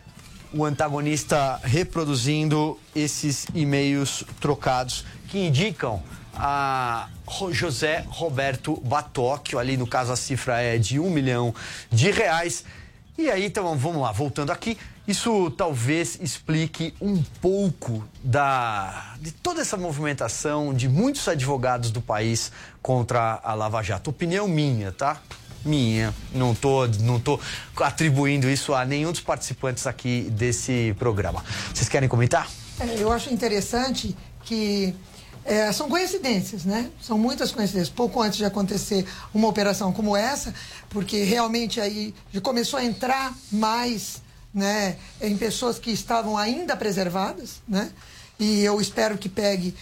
o Antagonista reproduzindo esses e-mails trocados que indicam a José Roberto Batóquio, ali no caso a cifra é de R$1 milhão. E aí, então, vamos lá, voltando aqui, isso talvez explique um pouco de toda essa movimentação de muitos advogados do país contra a Lava Jato. Opinião minha, tá? Minha. Não tô atribuindo isso a nenhum dos participantes aqui desse programa. Vocês querem comentar? Eu acho interessante que são coincidências, né? São muitas coincidências. Pouco antes de acontecer uma operação como essa, porque realmente aí começou a entrar mais, né, em pessoas que estavam ainda preservadas, né? E eu espero que pegue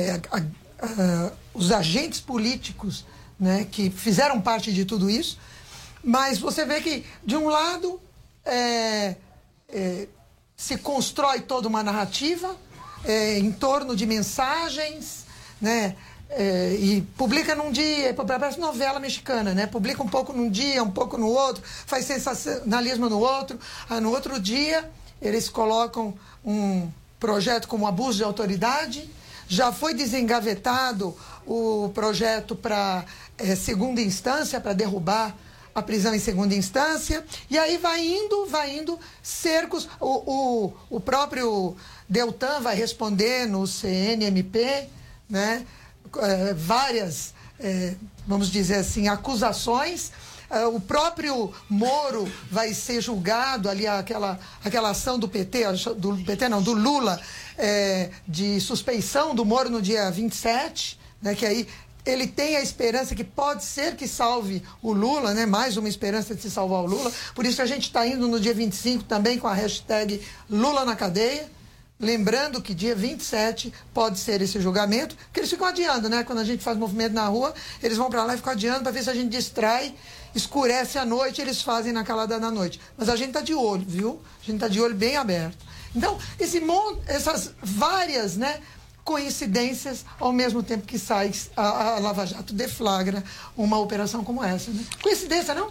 os agentes políticos, né, que fizeram parte de tudo isso. Mas você vê que, de um lado, se constrói toda uma narrativa em torno de mensagens, né? E publica num dia, parece novela mexicana, né? Publica um pouco num dia, um pouco no outro, faz sensacionalismo no outro. No outro dia, eles colocam um projeto como abuso de autoridade. Já foi desengavetado o projeto para segunda instância, para derrubar a prisão em segunda instância. E aí vai indo cercos. O próprio Deltan vai responder no CNMP, né? Várias, vamos dizer assim, acusações. O próprio Moro vai ser julgado ali, aquela ação do PT, do Lula, de suspeição do Moro no dia 27, né, que aí ele tem a esperança que pode ser que salve o Lula, né, mais uma esperança de se salvar o Lula. Por isso a gente está indo no dia 25 também com a hashtag Lula na cadeia. Lembrando que dia 27 pode ser esse julgamento, porque eles ficam adiando, né? Quando a gente faz movimento na rua, eles vão para lá e ficam adiando para ver se a gente distrai, escurece à noite, eles fazem na calada da noite. Mas a gente está de olho, viu? A gente está de olho bem aberto. Então, essas várias, né, coincidências, ao mesmo tempo que sai a Lava Jato deflagra uma operação como essa, né? Coincidência, não?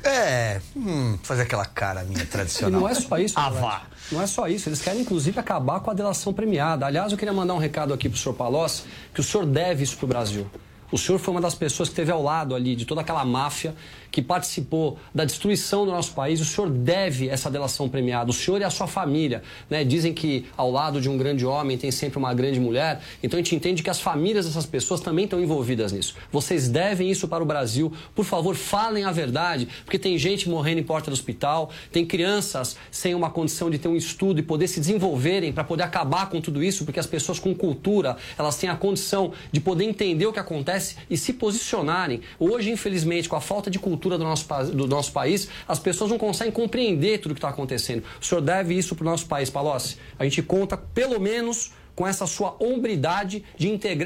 Fazer aquela cara minha tradicional. E não é só isso, não é só isso, eles querem inclusive acabar com a delação premiada. Aliás, eu queria mandar um recado aqui pro senhor Palocci, que o senhor deve isso pro Brasil. O senhor foi uma das pessoas que esteve ao lado ali de toda aquela máfia que participou da destruição do nosso país. O senhor deve essa delação premiada. O senhor e a sua família, né? Dizem que ao lado de um grande homem tem sempre uma grande mulher. Então a gente entende que as famílias dessas pessoas também estão envolvidas nisso. Vocês devem isso para o Brasil. Por favor, falem a verdade, porque tem gente morrendo em porta do hospital, tem crianças sem uma condição de ter um estudo e poder se desenvolverem para poder acabar com tudo isso, porque as pessoas com cultura, elas têm a condição de poder entender o que acontece e se posicionarem. Hoje, infelizmente, com a falta de cultura do nosso país, as pessoas não conseguem compreender tudo o que está acontecendo. O senhor deve isso para o nosso país, Palocci. A gente conta, pelo menos, com essa sua hombridade de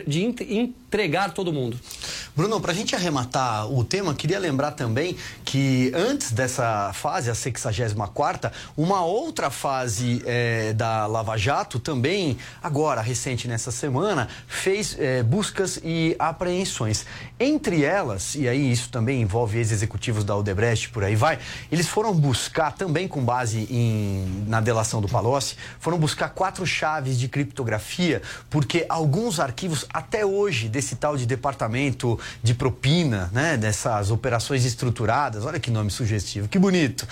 entregar todo mundo. Bruno, para a gente arrematar o tema, queria lembrar também que antes dessa fase, a 64ª, uma outra fase da Lava Jato também, agora, recente nessa semana, fez buscas e apreensões. Entre elas, e aí isso também envolve ex-executivos da Odebrecht, por aí vai, eles foram buscar, também com base na delação do Palocci, foram buscar 4 chaves de criptografia, porque alguns arquivos, até hoje, desse tal de departamento de propina, né, dessas operações estruturadas, olha que nome sugestivo, que bonito.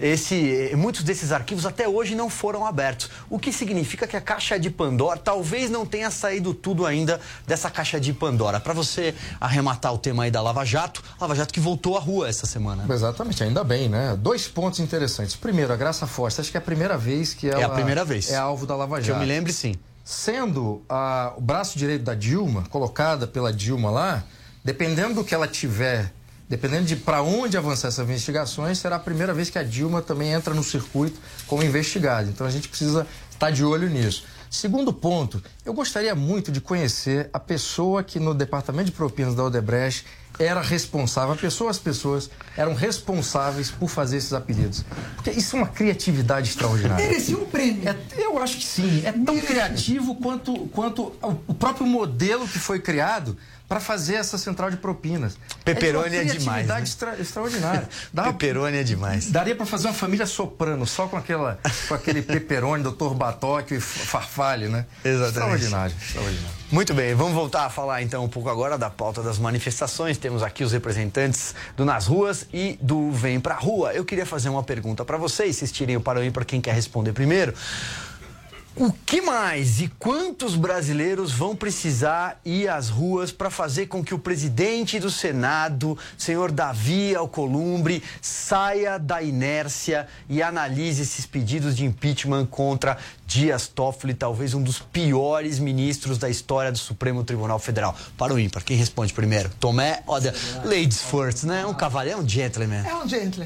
Muitos desses arquivos até hoje não foram abertos, o que significa que a caixa de Pandora talvez não tenha saído tudo ainda dessa caixa de Pandora. Para você arrematar o tema aí da Lava Jato que voltou à rua essa semana. Exatamente, ainda bem, né? 2 pontos interessantes. Primeiro, a Graça Forte, acho que é a primeira vez que ela é alvo da Lava Jato. Que eu me lembre, sim. Sendo o braço direito da Dilma, colocada pela Dilma lá, dependendo do que ela tiver, dependendo de para onde avançar essas investigações, será a primeira vez que a Dilma também entra no circuito como investigada. Então a gente precisa estar de olho nisso. Segundo ponto, eu gostaria muito de conhecer a pessoa que no departamento de propinas da Odebrecht era responsável, as pessoas eram responsáveis por fazer esses apelidos. Porque isso é uma criatividade extraordinária. Merecia um prêmio. Eu acho que sim. É tão criativo quanto o próprio modelo que foi criado para fazer essa central de propinas. Pepperoni é demais, né? Extraordinária. Pepperoni é demais. Daria para fazer uma família Soprano, só com aquele Pepperoni, Dr. Batóquio e Farfalle, né? Exatamente. Extraordinário. Muito bem, vamos voltar a falar então um pouco agora da pauta das manifestações. Temos aqui os representantes do Nas Ruas e do Vem Pra Rua. Eu queria fazer uma pergunta para vocês, vocês tirem o para quem quer responder primeiro. O que mais e quantos brasileiros vão precisar ir às ruas para fazer com que o presidente do Senado, senhor Davi Alcolumbre, saia da inércia e analise esses pedidos de impeachment contra Dias Toffoli, talvez um dos piores ministros da história do Supremo Tribunal Federal? Para o ímpar, quem responde primeiro? Tomé, olha, ladies first, né? Um cavaleiro, é um gentleman. É um gentleman.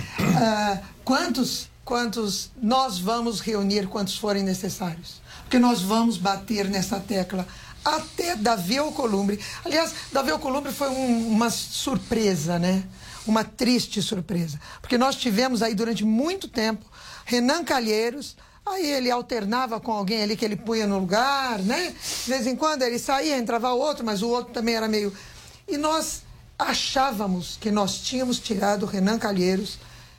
Quantos nós vamos reunir, quantos forem necessários? Porque nós vamos bater nessa tecla até Davi Alcolumbre. Aliás, Davi Alcolumbre foi uma surpresa, né? Uma triste surpresa. Porque nós tivemos aí durante muito tempo Renan Calheiros, aí ele alternava com alguém ali que ele punha no lugar, né? De vez em quando ele saía, entrava outro, mas o outro também era meio... E nós achávamos que nós tínhamos tirado o Renan Calheiros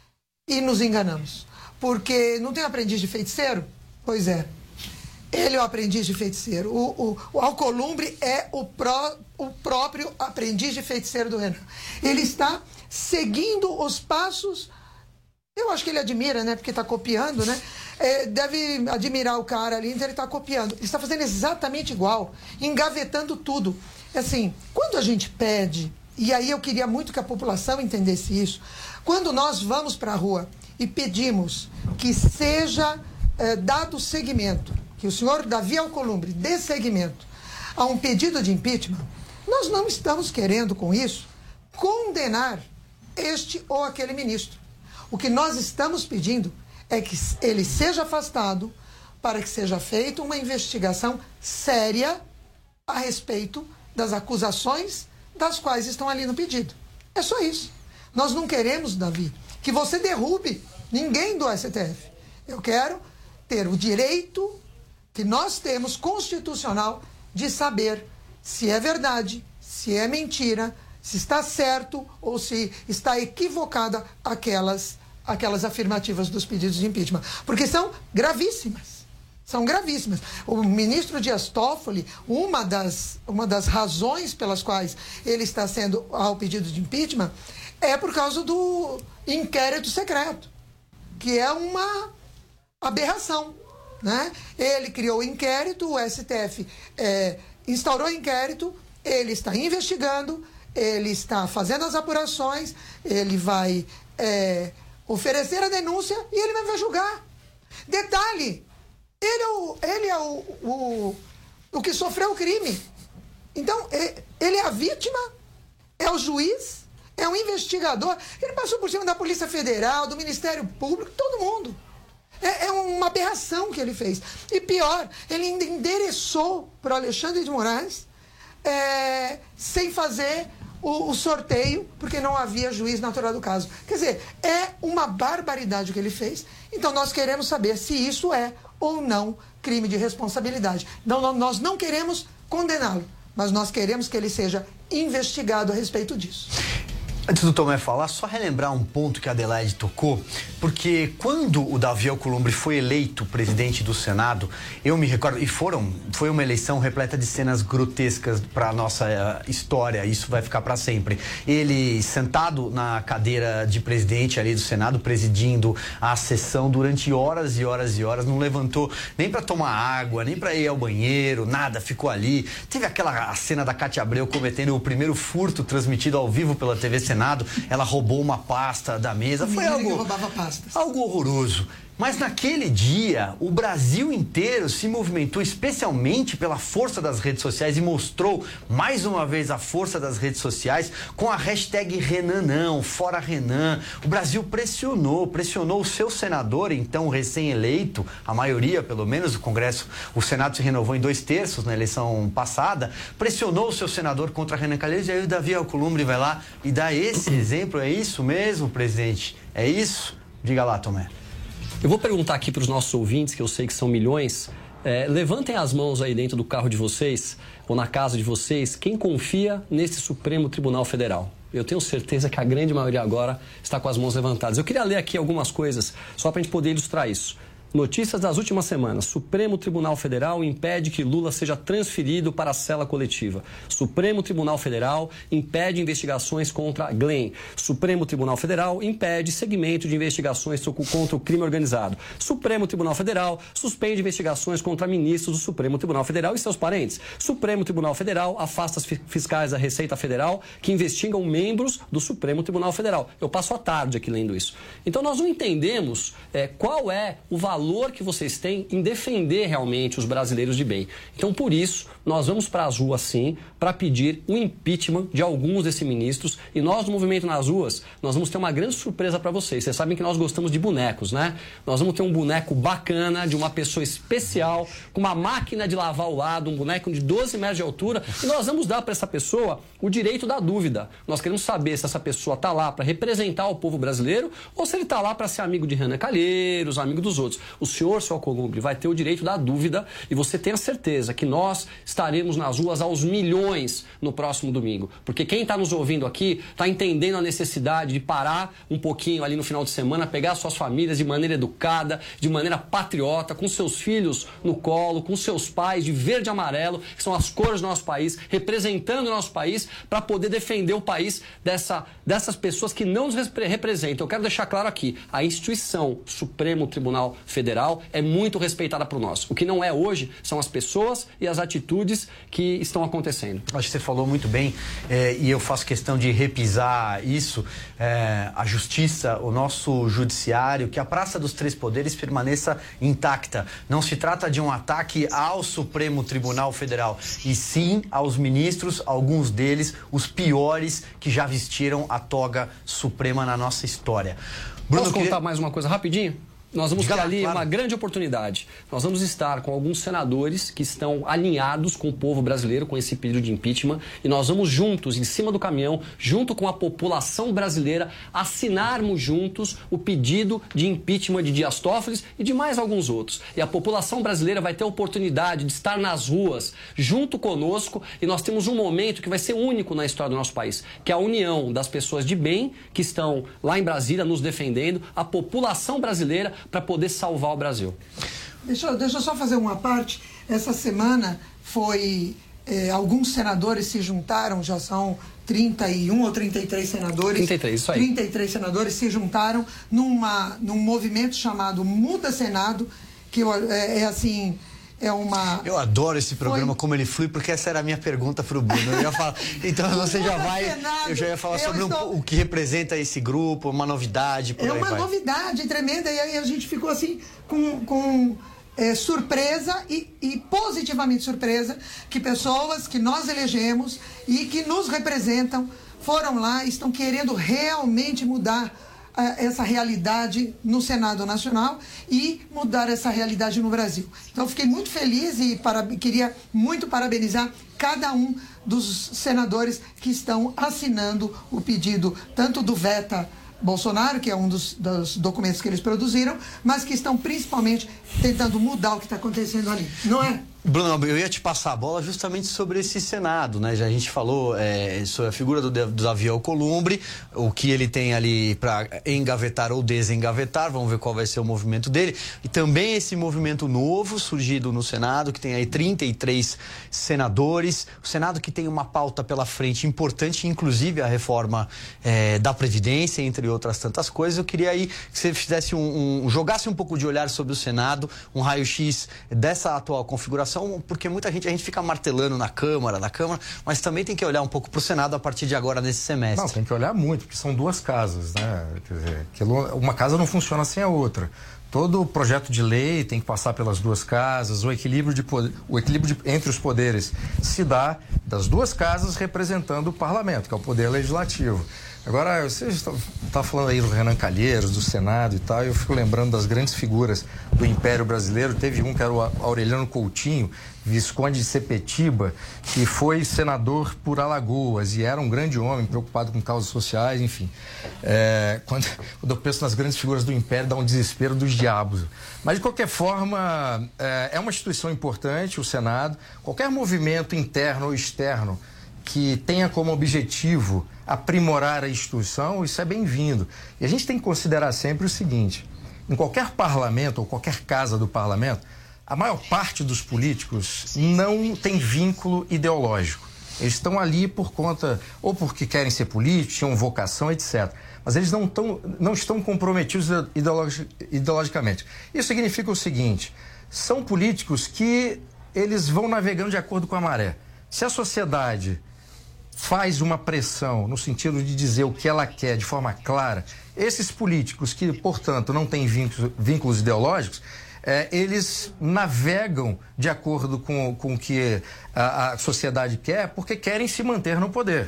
e nos enganamos. Porque não tem aprendiz de feiticeiro? Pois é. Ele é o aprendiz de feiticeiro. O Alcolumbre é o próprio aprendiz de feiticeiro do Renan. Ele está seguindo os passos. Eu acho que ele admira, né? Porque está copiando, né? Deve admirar o cara ali, então ele está copiando. Ele está fazendo exatamente igual, engavetando tudo. Assim, quando a gente pede, e aí eu queria muito que a população entendesse isso, quando nós vamos para a rua e pedimos que seja dado seguimento, que o senhor Davi Alcolumbre dê seguimento a um pedido de impeachment, nós não estamos querendo, com isso, condenar este ou aquele ministro. O que nós estamos pedindo é que ele seja afastado para que seja feita uma investigação séria a respeito das acusações das quais estão ali no pedido. É só isso. Nós não queremos, Davi, que você derrube ninguém do STF. Eu quero ter o direito que nós temos constitucional de saber se é verdade, se é mentira, se está certo ou se está equivocada aquelas afirmativas dos pedidos de impeachment. Porque são gravíssimas. São gravíssimas. O ministro Dias Toffoli, uma das razões pelas quais ele está sendo ao pedido de impeachment é por causa do inquérito secreto, que é uma aberração, né? Ele criou o inquérito, o STF instaurou o inquérito, ele está investigando, ele está fazendo as apurações, ele vai oferecer a denúncia e ele vai julgar. Detalhe, ele é o que sofreu o crime. Então, ele é a vítima, é o juiz, é um investigador. Ele passou por cima da Polícia Federal, do Ministério Público, todo mundo. É uma aberração que ele fez. E pior, ele ainda endereçou para o Alexandre de Moraes sem fazer o sorteio, porque não havia juiz natural do caso. Quer dizer, é uma barbaridade o que ele fez. Então, nós queremos saber se isso é ou não crime de responsabilidade. Nós não queremos condená-lo, mas nós queremos que ele seja investigado a respeito disso. Antes do Tomé falar, só relembrar um ponto que a Adelaide tocou, porque quando o Davi Alcolumbre foi eleito presidente do Senado, eu me recordo, e foi uma eleição repleta de cenas grotescas para a nossa história, isso vai ficar para sempre. Ele sentado na cadeira de presidente ali do Senado, presidindo a sessão durante horas e horas e horas, não levantou nem para tomar água, nem para ir ao banheiro, nada, ficou ali. Teve a cena da Cátia Abreu cometendo o primeiro furto transmitido ao vivo pela TV Senado. Ela roubou uma pasta da mesa. Foi algo horroroso. Mas naquele dia, o Brasil inteiro se movimentou especialmente pela força das redes sociais e mostrou mais uma vez a força das redes sociais com a hashtag Renan não, fora Renan. O Brasil pressionou o seu senador, então recém-eleito, a maioria pelo menos, o Senado se renovou em 2/3 na eleição passada, pressionou o seu senador contra Renan Calheiros, e aí o Davi Alcolumbre vai lá e dá esse exemplo. É isso mesmo, presidente? É isso? Diga lá, Tomé. Eu vou perguntar aqui para os nossos ouvintes, que eu sei que são milhões, levantem as mãos aí dentro do carro de vocês, ou na casa de vocês, quem confia nesse Supremo Tribunal Federal. Eu tenho certeza que a grande maioria agora está com as mãos levantadas. Eu queria ler aqui algumas coisas, só para a gente poder ilustrar isso. Notícias das últimas semanas. Supremo Tribunal Federal impede que Lula seja transferido para a cela coletiva. Supremo Tribunal Federal impede investigações contra Glenn. Supremo Tribunal Federal impede segmento de investigações contra o crime organizado. Supremo Tribunal Federal suspende investigações contra ministros do Supremo Tribunal Federal e seus parentes. Supremo Tribunal Federal afasta fiscais da Receita Federal que investigam membros do Supremo Tribunal Federal. Eu passo a tarde aqui lendo isso. Então nós não entendemos qual é o valor que vocês têm em defender realmente os brasileiros de bem. Então, por isso, nós vamos para as ruas, sim, para pedir o impeachment de alguns desses ministros. E nós, do Movimento nas Ruas, nós vamos ter uma grande surpresa para vocês. Vocês sabem que nós gostamos de bonecos, né? Nós vamos ter um boneco bacana, de uma pessoa especial, com uma máquina de lavar o lado, um boneco de 12 metros de altura. E nós vamos dar para essa pessoa o direito da dúvida. Nós queremos saber se essa pessoa está lá para representar o povo brasileiro ou se ele está lá para ser amigo de Renan Calheiros, amigo dos outros. O senhor, seu Alcolumbre, vai ter o direito da dúvida e você tenha certeza que nós estaremos nas ruas aos milhões no próximo domingo. Porque quem está nos ouvindo aqui está entendendo a necessidade de parar um pouquinho ali no final de semana, pegar suas famílias de maneira educada, de maneira patriota, com seus filhos no colo, com seus pais de verde e amarelo, que são as cores do nosso país, representando o nosso país, para poder defender o país dessas pessoas que não nos representam. Eu quero deixar claro aqui, a instituição Supremo Tribunal Federal é muito respeitada por nós. O que não é hoje são as pessoas e as atitudes que estão acontecendo. Acho que você falou muito bem e eu faço questão de repisar isso. A justiça, o nosso judiciário, que a Praça dos Três Poderes permaneça intacta. Não se trata de um ataque ao Supremo Tribunal Federal, e sim aos ministros, alguns deles os piores que já vestiram a toga suprema na nossa história. Bruno, posso contar mais uma coisa rapidinho? Nós vamos ter ali claro, uma grande oportunidade. Nós vamos estar com alguns senadores que estão alinhados com o povo brasileiro, com esse pedido de impeachment, e nós vamos juntos, em cima do caminhão, junto com a população brasileira, assinarmos juntos o pedido de impeachment de Dias Toffoli e de mais alguns outros. E a população brasileira vai ter a oportunidade de estar nas ruas, junto conosco, e nós temos um momento que vai ser único na história do nosso país, que é a união das pessoas de bem, que estão lá em Brasília nos defendendo, a população brasileira, para poder salvar o Brasil. Deixa eu só fazer uma parte. Essa semana alguns senadores se juntaram, já são 31 ou 33 senadores. 33, isso aí. 33 senadores se juntaram num movimento chamado Muda Senado, que Eu adoro esse programa, como ele flui, porque essa era a minha pergunta para o Bruno. Eu ia falar, então você já vai... Eu já ia falar sobre o que representa esse grupo, uma novidade, por aí vai. É uma novidade tremenda, e aí a gente ficou assim com surpresa e positivamente surpresa que pessoas que nós elegemos e que nos representam foram lá e estão querendo realmente mudar essa realidade no Senado Nacional e mudar essa realidade no Brasil. Então, fiquei muito feliz e queria muito parabenizar cada um dos senadores que estão assinando o pedido, tanto do Veta Bolsonaro, que é um dos documentos que eles produziram, mas que estão principalmente tentando mudar o que está acontecendo ali, não é? Bruno, eu ia te passar a bola justamente sobre esse Senado, né? Já a gente falou sobre a figura do Davi Alcolumbre, o que ele tem ali para engavetar ou desengavetar, vamos ver qual vai ser o movimento dele. E também esse movimento novo surgido no Senado, que tem aí 33 senadores. O Senado que tem uma pauta pela frente importante, inclusive a reforma da Previdência, entre outras tantas coisas. Eu queria aí que você fizesse jogasse um pouco de olhar sobre o Senado, um raio-x dessa atual configuração, porque muita gente, a gente fica martelando na Câmara, mas também tem que olhar um pouco para o Senado a partir de agora nesse semestre. Não, tem que olhar muito, porque são duas casas, né? Quer dizer, uma casa não funciona sem a outra. Todo projeto de lei tem que passar pelas duas casas, o equilíbrio entre os poderes se dá das duas casas representando o parlamento, que é o poder legislativo. Agora, você está falando aí do Renan Calheiros, do Senado e tal, e eu fico lembrando das grandes figuras do Império Brasileiro. Teve um que era o Aureliano Coutinho, Visconde de Sepetiba, que foi senador por Alagoas e era um grande homem preocupado com causas sociais, enfim. Quando eu penso nas grandes figuras do Império, dá um desespero dos diabos. Mas, de qualquer forma, é uma instituição importante, o Senado. Qualquer movimento interno ou externo que tenha como objetivo aprimorar a instituição, isso é bem-vindo. E a gente tem que considerar sempre o seguinte, em qualquer parlamento ou qualquer casa do parlamento, a maior parte dos políticos não tem vínculo ideológico. Eles estão ali por conta, ou porque querem ser políticos, tinham vocação, etc. Mas eles não estão comprometidos ideologicamente. Isso significa o seguinte, são políticos que eles vão navegando de acordo com a maré. Se a sociedade faz uma pressão no sentido de dizer o que ela quer de forma clara, esses políticos que, portanto, não têm vínculos ideológicos, eles navegam de acordo com o que a sociedade quer, porque querem se manter no poder.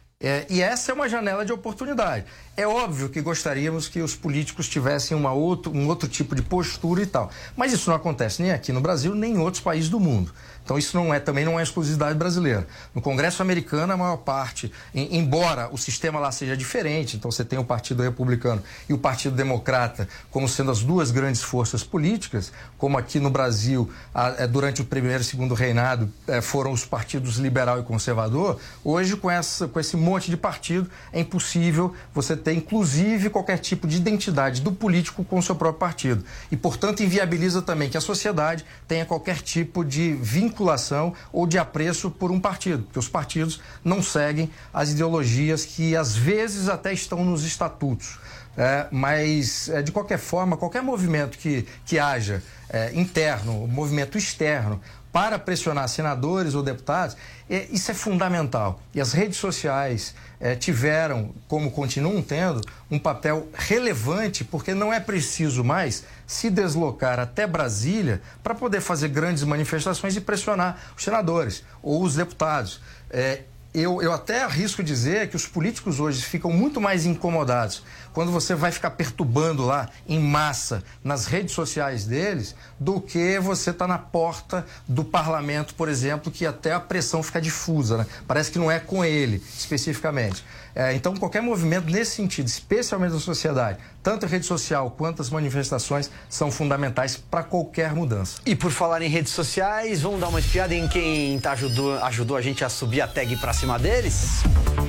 E essa é uma janela de oportunidade. É óbvio que gostaríamos que os políticos tivessem um outro tipo de postura e tal. Mas isso não acontece nem aqui no Brasil, nem em outros países do mundo. Então isso também não é exclusividade brasileira. No Congresso americano, a maior parte, embora o sistema lá seja diferente, então você tem o Partido Republicano e o Partido Democrata como sendo as duas grandes forças políticas, como aqui no Brasil, durante o primeiro e segundo reinado, foram os partidos liberal e conservador, hoje com esse monte de partido é impossível você ter inclusive qualquer tipo de identidade do político com o seu próprio partido. E, portanto, inviabiliza também que a sociedade tenha qualquer tipo de vinculação ou de apreço por um partido, porque os partidos não seguem as ideologias que às vezes até estão nos estatutos. Mas, de qualquer forma, qualquer movimento que haja interno, movimento externo, para pressionar senadores ou deputados, isso é fundamental. E as redes sociais tiveram, como continuam tendo, um papel relevante, porque não é preciso mais se deslocar até Brasília para poder fazer grandes manifestações e pressionar os senadores ou os deputados. Eu até arrisco dizer que os políticos hoje ficam muito mais incomodados quando você vai ficar perturbando lá em massa nas redes sociais deles do que você tá na porta do parlamento, por exemplo, que até a pressão fica difusa, né? Parece que não é com ele especificamente. Então qualquer movimento nesse sentido, especialmente da sociedade, tanto a rede social quanto as manifestações são fundamentais para qualquer mudança. E por falar em redes sociais, vamos dar uma espiada em quem ajudou a gente a subir a tag para cima deles?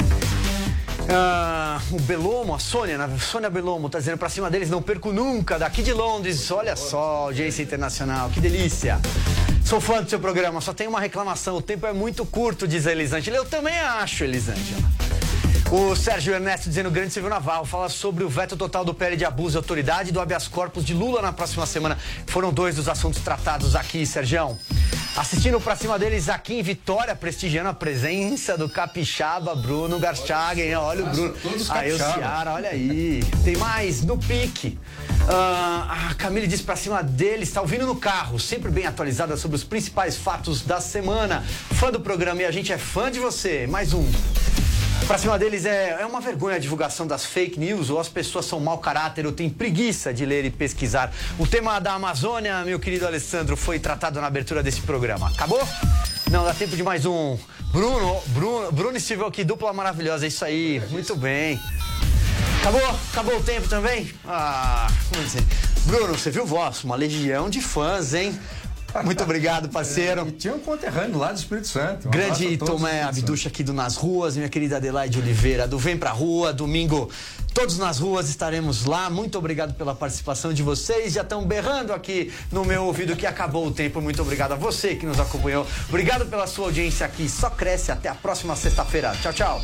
O Belomo, a Sônia Belomo tá dizendo pra cima deles, não perco nunca, daqui de Londres, olha só, audiência internacional, que delícia. Sou fã do seu programa, só tem uma reclamação, o tempo é muito curto, diz a Elisângela. Eu também acho, Elisângela. O Sérgio Ernesto dizendo, grande Civil Navarro, fala sobre o veto total do PL de abuso de autoridade e do habeas corpus de Lula na próxima semana. Foram dois dos assuntos tratados aqui, Sergião. Assistindo pra cima deles aqui em Vitória, prestigiando a presença do capixaba Bruno Garchagen. Olha o Bruno. Aí o Ciara, olha aí. Tem mais no pique. A Camille diz pra cima deles, está ouvindo no carro, sempre bem atualizada sobre os principais fatos da semana. Fã do programa e a gente é fã de você. Mais um. Pra cima deles é uma vergonha a divulgação das fake news, ou as pessoas são mau caráter ou têm preguiça de ler e pesquisar. O tema da Amazônia, meu querido Alessandro, foi tratado na abertura desse programa. Acabou? Não, dá tempo de mais um. Bruno e Silvio, que dupla maravilhosa, é isso aí, muito bem. Acabou o tempo também? Como dizer? Bruno, você viu voz, uma legião de fãs, hein? Muito obrigado, parceiro. E tinha um conterrâneo lá do Espírito Santo. Grande Tomé Abducha aqui do Nas Ruas, minha querida Adelaide Oliveira do Vem Pra Rua, domingo todos nas ruas estaremos lá. Muito obrigado pela participação de vocês. Já estão berrando aqui no meu ouvido que acabou o tempo. Muito obrigado a você que nos acompanhou. Obrigado pela sua audiência aqui. Só cresce. Até a próxima sexta-feira. Tchau, tchau.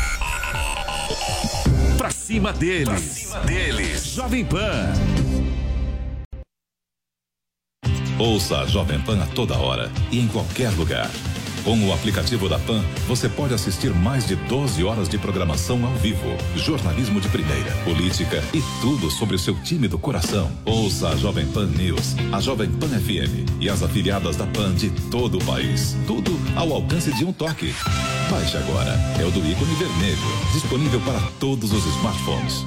Pra cima deles. Jovem Pan. Ouça a Jovem Pan a toda hora e em qualquer lugar. Com o aplicativo da PAN, você pode assistir mais de 12 horas de programação ao vivo, jornalismo de primeira, política e tudo sobre o seu time do coração. Ouça a Jovem Pan News, a Jovem Pan FM e as afiliadas da PAN de todo o país. Tudo ao alcance de um toque. Baixe agora, é o do ícone vermelho, disponível para todos os smartphones.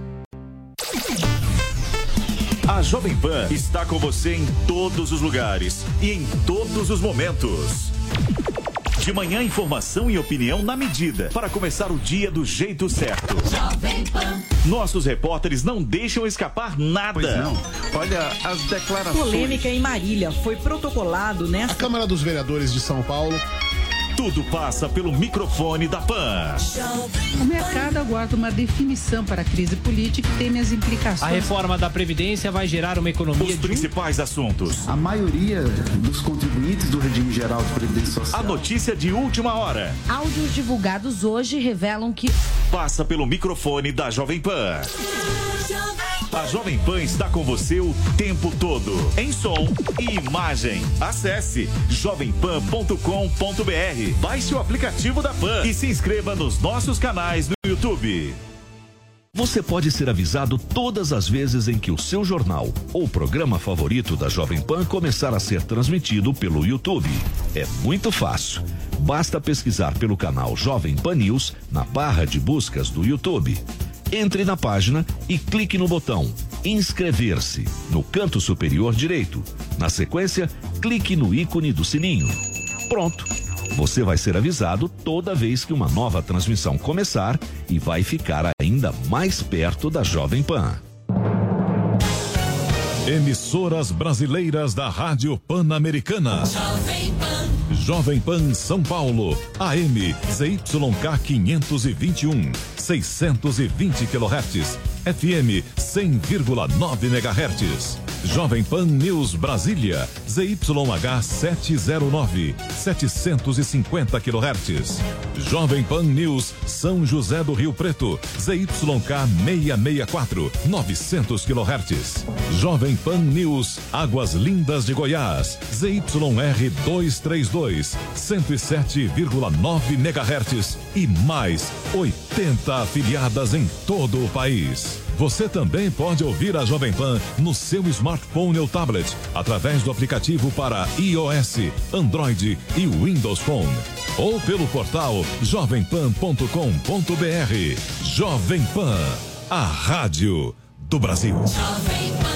A Jovem Pan está com você em todos os lugares e em todos os momentos. De manhã, informação e opinião na medida, para começar o dia do jeito certo. Jovem Pan. Nossos repórteres não deixam escapar nada. Pois não. Olha as declarações. Polêmica em Marília foi protocolado nesta... A Câmara dos Vereadores de São Paulo Tudo passa pelo microfone da PAN. O mercado aguarda uma definição para a crise política e teme as implicações. A reforma da Previdência vai gerar uma economia... Os principais assuntos. A maioria dos contribuintes do regime geral de previdência social. A notícia de última hora. Áudios divulgados hoje revelam que... Passa pelo microfone da Jovem Pan. A Jovem Pan está com você o tempo todo, em som e imagem. Acesse jovempan.com.br, baixe o aplicativo da Pan e se inscreva nos nossos canais no YouTube. Você pode ser avisado todas as vezes em que o seu jornal ou programa favorito da Jovem Pan começar a ser transmitido pelo YouTube. É muito fácil. Basta pesquisar pelo canal Jovem Pan News na barra de buscas do YouTube. Entre na página e clique no botão Inscrever-se no canto superior direito. Na sequência, clique no ícone do sininho. Pronto! Você vai ser avisado toda vez que uma nova transmissão começar e vai ficar ainda mais perto da Jovem Pan. Emissoras brasileiras da Rádio Pan-Americana. Jovem Pan São Paulo, AM, ZYK 521, 620 kHz, FM 100,9 MHz. Jovem Pan News Brasília, ZYH 709, 750 kHz. Jovem Pan News São José do Rio Preto, ZYK 664, 900 kHz. Jovem Pan News Águas Lindas de Goiás, ZYR 232, 107,9 MHz e mais 80 afiliadas em todo o país. Você também pode ouvir a Jovem Pan no seu smartphone ou tablet, através do aplicativo para iOS, Android e Windows Phone. Ou pelo portal jovempan.com.br. Jovem Pan, a rádio do Brasil.